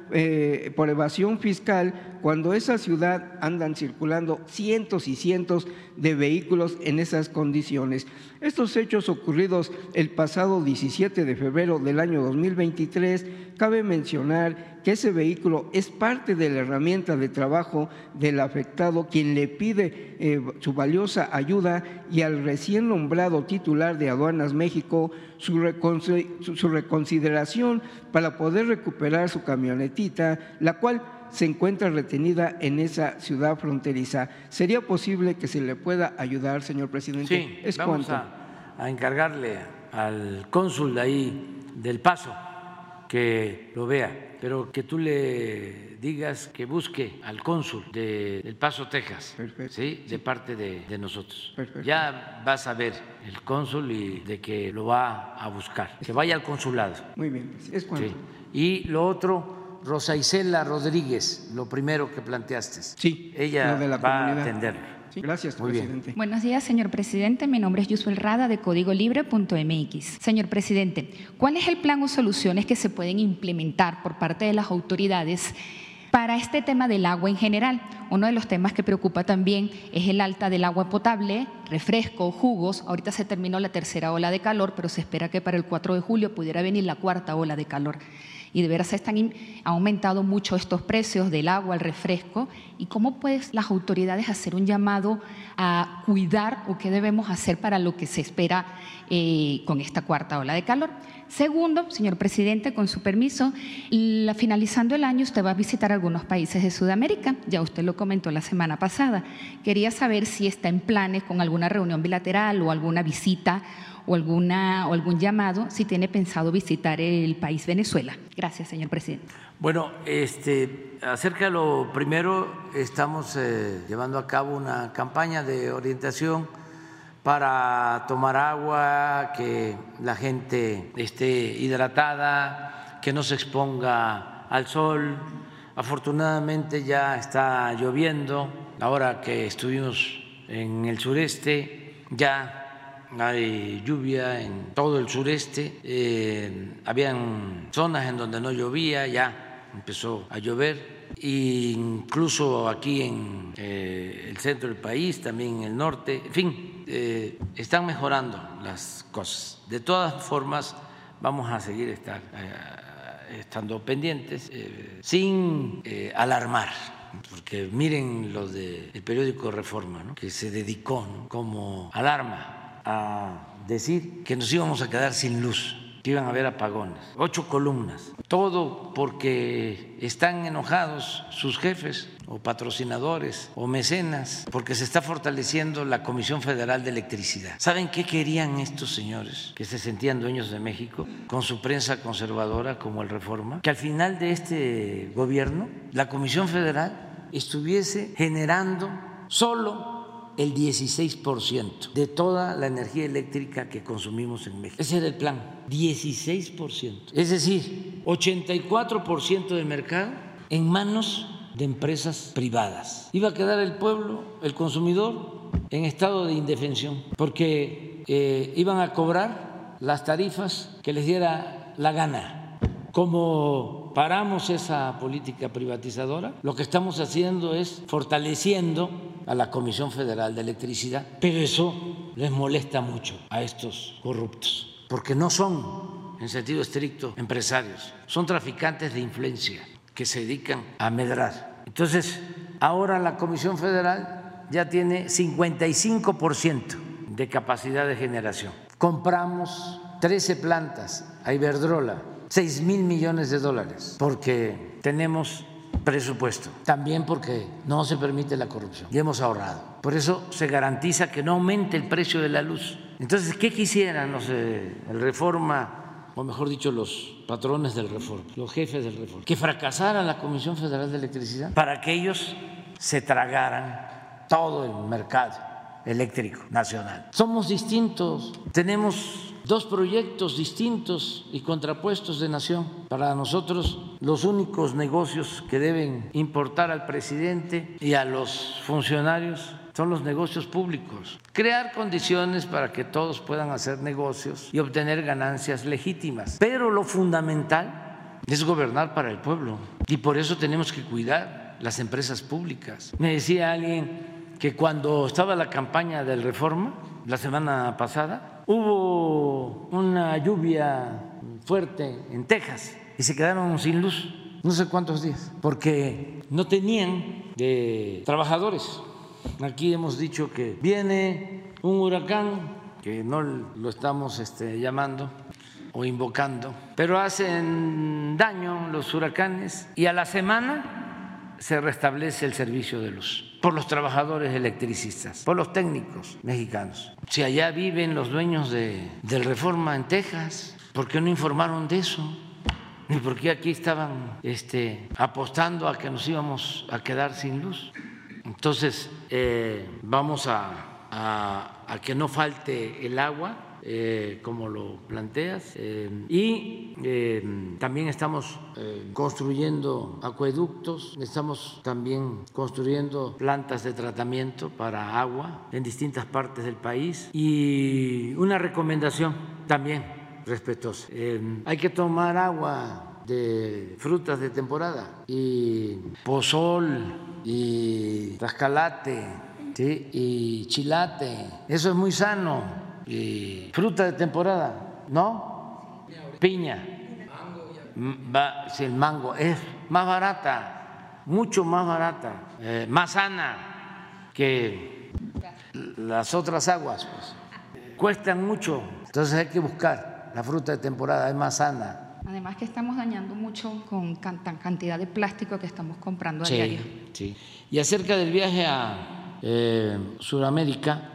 eh, por evasión fiscal, cuando esa ciudad andan circulando cientos y cientos de vehículos en esas condiciones. Estos hechos ocurridos el pasado diecisiete de febrero del año dos mil veintitrés, cabe mencionar que ese vehículo es parte de la herramienta de trabajo del afectado, quien le pide eh, su valiosa ayuda, y al recién nombrado titular de Aduanas México su, reconsi- su reconsideración para poder recuperar su camionetita, la cual se encuentra retenida en esa ciudad fronteriza. ¿Sería posible que se le pueda ayudar, señor presidente? Sí, ¿Es vamos cuánto? a, a encargarle al cónsul de ahí del Paso que lo vea, pero que tú le digas que busque al cónsul de, del Paso, Texas, ¿sí? De parte de, de nosotros. Perfecto. Ya vas a ver el cónsul y de que lo va a buscar, que vaya al consulado. Muy bien, ¿es cuánto? Sí. Y lo otro, Rosa Isela Rodríguez, lo primero que planteaste. Sí, ella lo de la va comunidad. a atenderlo. Sí, gracias, Muy presidente. bien. Buenos días, señor presidente. Mi nombre es Yusuel Rada, de código libre punto m x. Señor presidente, ¿cuál es el plan o soluciones que se pueden implementar por parte de las autoridades para este tema del agua en general? Uno de los temas que preocupa también es el alta del agua potable, refresco, jugos. Ahorita se terminó la tercera ola de calor, pero se espera que para el cuatro de julio pudiera venir la cuarta ola de calor. Y de veras están han aumentado mucho estos precios del agua, el refresco. ¿Y cómo pueden las autoridades hacer un llamado a cuidar o qué debemos hacer para lo que se espera eh, con esta cuarta ola de calor? Segundo, señor presidente, con su permiso, la, finalizando el año usted va a visitar algunos países de Sudamérica, ya usted lo comentó la semana pasada. Quería saber si está en planes con alguna reunión bilateral o alguna visita o, alguna, o algún llamado, si tiene pensado visitar el país Venezuela. Gracias, señor presidente. Bueno, este, acerca de lo primero, estamos eh, llevando a cabo una campaña de orientación para tomar agua, que la gente esté hidratada, que no se exponga al sol. Afortunadamente ya está lloviendo. Ahora que estuvimos en el sureste, ya hay lluvia en todo el sureste. Eh, habían zonas en donde no llovía, ya empezó a llover. E incluso aquí en eh, el centro del país, también en el norte, en fin, eh, están mejorando las cosas. De todas formas, vamos a seguir estar, eh, estando pendientes, eh, sin eh, alarmar, porque miren lo del periódico Reforma, ¿no?, que se dedicó, ¿no?, como alarma a decir que nos íbamos a quedar sin luz, que iban a haber apagones, ocho columnas, todo porque están enojados sus jefes o patrocinadores o mecenas, porque se está fortaleciendo la Comisión Federal de Electricidad. ¿Saben qué querían estos señores que se sentían dueños de México con su prensa conservadora como el Reforma? Que al final de este gobierno la Comisión Federal estuviese generando solo el dieciséis por ciento de toda la energía eléctrica que consumimos en México. Ese era el plan, dieciséis por ciento. Es decir, ochenta y cuatro por ciento del mercado en manos de empresas privadas. Iba a quedar el pueblo, el consumidor, en estado de indefensión, porque eh, iban a cobrar las tarifas que les diera la gana. Como paramos esa política privatizadora, lo que estamos haciendo es fortaleciendo a la Comisión Federal de Electricidad, pero eso les molesta mucho a estos corruptos, porque no son, en sentido estricto, empresarios, son traficantes de influencia que se dedican a medrar. Entonces, ahora la Comisión Federal ya tiene cincuenta y cinco por ciento de capacidad de generación. Compramos trece plantas a Iberdrola, seis mil millones de dólares, porque tenemos presupuesto, también porque no se permite la corrupción y hemos ahorrado. Por eso se garantiza que no aumente el precio de la luz. Entonces, ¿qué quisieran los eh, el Reforma, o mejor dicho, los patrones del Reforma, los jefes del Reforma? Que fracasara la Comisión Federal de Electricidad para que ellos se tragaran todo el mercado eléctrico nacional. Somos distintos, tenemos dos proyectos distintos y contrapuestos de nación. Para nosotros, los únicos negocios que deben importar al presidente y a los funcionarios son los negocios públicos. Crear condiciones para que todos puedan hacer negocios y obtener ganancias legítimas. Pero lo fundamental es gobernar para el pueblo y por eso tenemos que cuidar las empresas públicas. Me decía alguien que cuando estaba la campaña del Reforma, la semana pasada, hubo una lluvia fuerte en Texas y se quedaron sin luz no sé cuántos días porque no tenían de trabajadores. Aquí hemos dicho que viene un huracán, que no lo estamos este, llamando o invocando, pero hacen daño los huracanes y a la semana se restablece el servicio de luz por los trabajadores electricistas, por los técnicos mexicanos. Si allá viven los dueños de, del Reforma en Texas, ¿por qué no informaron de eso? Ni por qué aquí estaban este, apostando a que nos íbamos a quedar sin luz. Entonces, eh, vamos a, a, a que no falte el agua, eh, como lo planteas, eh, y eh, también estamos eh, construyendo acueductos, estamos también construyendo plantas de tratamiento para agua en distintas partes del país. Y una recomendación también respetuosa, eh, hay que tomar agua de frutas de temporada y pozol y tascalate, ¿sí? Y chilate, eso es muy sano. Y fruta de temporada, ¿no? Piña, va, si el mango es más barata, mucho más barata, eh, más sana que las otras aguas, pues. Cuestan mucho, entonces hay que buscar la fruta de temporada, es más sana. Además que estamos dañando mucho con tanta cantidad de plástico que estamos comprando a sí, diario. Sí. Y acerca del viaje a eh, Sudamérica,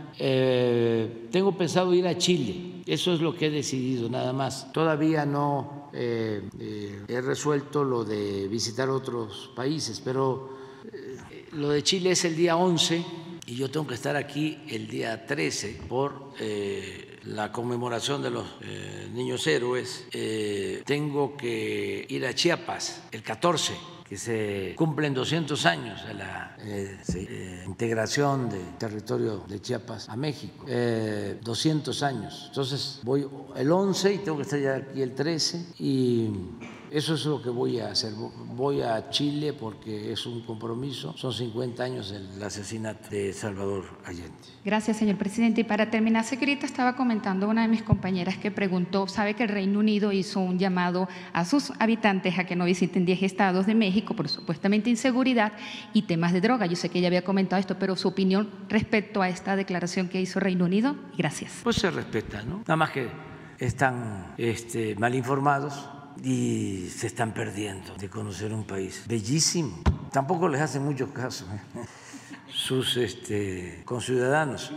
eh, tengo pensado ir a Chile. Eso es lo que he decidido, nada más. Todavía no eh, eh, he resuelto lo de visitar otros países, pero eh, lo de Chile es el día once y yo tengo que estar aquí el día trece por eh, la conmemoración de los eh, niños héroes. Eh, tengo que ir a Chiapas el catorce, que se cumplen doscientos años de la eh, sí, eh, integración del territorio de Chiapas a México, eh, doscientos años. Entonces voy el once y tengo que estar ya aquí el trece y eso es lo que voy a hacer. Voy a Chile porque es un compromiso, son cincuenta años del asesinato de Salvador Allende. Gracias, señor presidente. Y para terminar, sé que ahorita estaba comentando una de mis compañeras que preguntó, sabe que el Reino Unido hizo un llamado a sus habitantes a que no visiten diez estados de México por supuestamente inseguridad y temas de droga. Yo sé que ella había comentado esto, pero su opinión respecto a esta declaración que hizo Reino Unido. Gracias. Pues se respeta, ¿no? Nada más que están este, mal informados y se están perdiendo de conocer un país bellísimo. Tampoco les hacen mucho caso ¿eh? sus este, conciudadanos,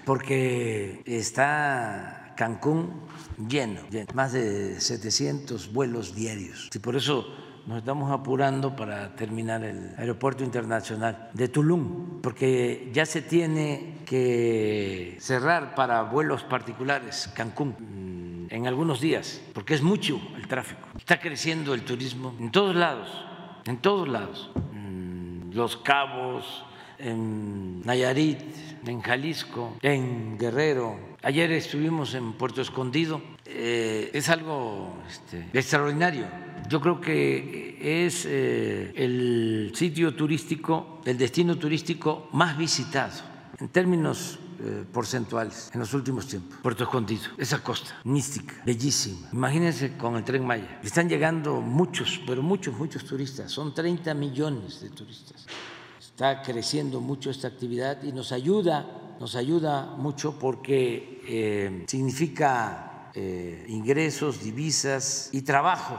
porque está Cancún lleno, lleno, más de setecientos vuelos diarios. Y por eso nos estamos apurando para terminar el aeropuerto internacional de Tulum, porque ya se tiene que cerrar para vuelos particulares Cancún en algunos días, porque es mucho el tráfico. Está creciendo el turismo en todos lados, en todos lados. En Los Cabos, en Nayarit, en Jalisco, en Guerrero. Ayer estuvimos en Puerto Escondido. Eh, es algo este, extraordinario. Yo creo que es eh, el sitio turístico, el destino turístico más visitado en términos eh, porcentuales en los últimos tiempos. Puerto Escondido, esa costa mística, bellísima. Imagínense con el Tren Maya. Están llegando muchos, pero muchos, muchos turistas. Son treinta millones de turistas. Está creciendo mucho esta actividad y nos ayuda, nos ayuda mucho porque eh, significa eh, ingresos, divisas y trabajo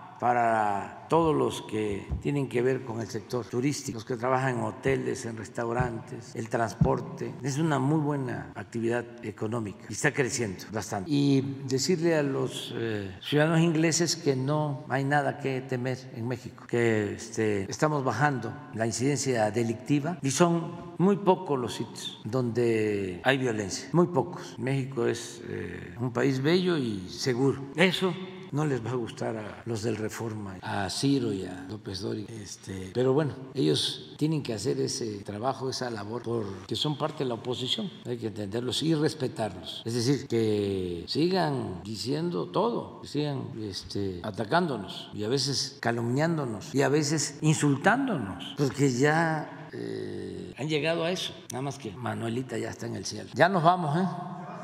para todos los que tienen que ver con el sector turístico, los que trabajan en hoteles, en restaurantes, el transporte. Es una muy buena actividad económica y está creciendo bastante. Y decirle a los eh, ciudadanos ingleses que no hay nada que temer en México, que este, estamos bajando la incidencia delictiva y son muy pocos los sitios donde hay violencia, muy pocos. México es eh, un país bello y seguro. Eso no les va a gustar a los del Reforma, a Ciro y a López Dóriga, este, pero bueno, ellos tienen que hacer ese trabajo, esa labor, porque son parte de la oposición, hay que entenderlos y respetarlos. Es decir, que sigan diciendo todo, que sigan este, atacándonos y a veces calumniándonos y a veces insultándonos, porque ya eh, han llegado a eso. Nada más que Manuelita ya está en el cielo. Ya nos vamos, ¿eh?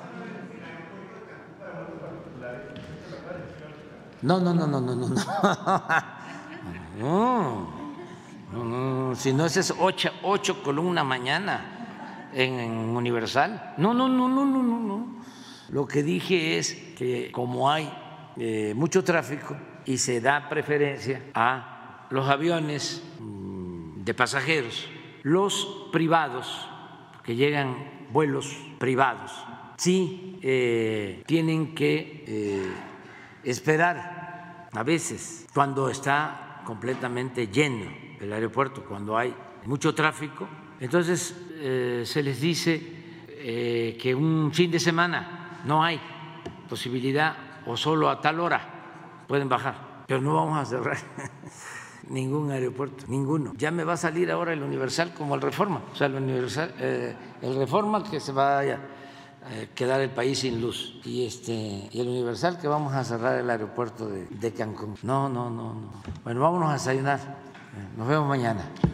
No, no, no, no, no, no, no. No, no, no. Si no, ese es ocho, ocho columna mañana en, en Universal. No, no, no, no, no, no, no. Lo que dije es que como hay eh, mucho tráfico y se da preferencia a los aviones mmm, de pasajeros, los privados, que llegan vuelos privados, sí eh, tienen que eh, esperar a veces cuando está completamente lleno el aeropuerto, cuando hay mucho tráfico. Entonces eh, se les dice eh, que un fin de semana no hay posibilidad o solo a tal hora pueden bajar, pero no vamos a cerrar ningún aeropuerto, ninguno. Ya me va a salir ahora el Universal como el Reforma, o sea, el Universal, eh, el Reforma que se vaya a quedar el país sin luz y este y el Universal que vamos a cerrar el aeropuerto de, de Cancún. No, no, no, no. Bueno, vámonos a desayunar. Nos vemos mañana.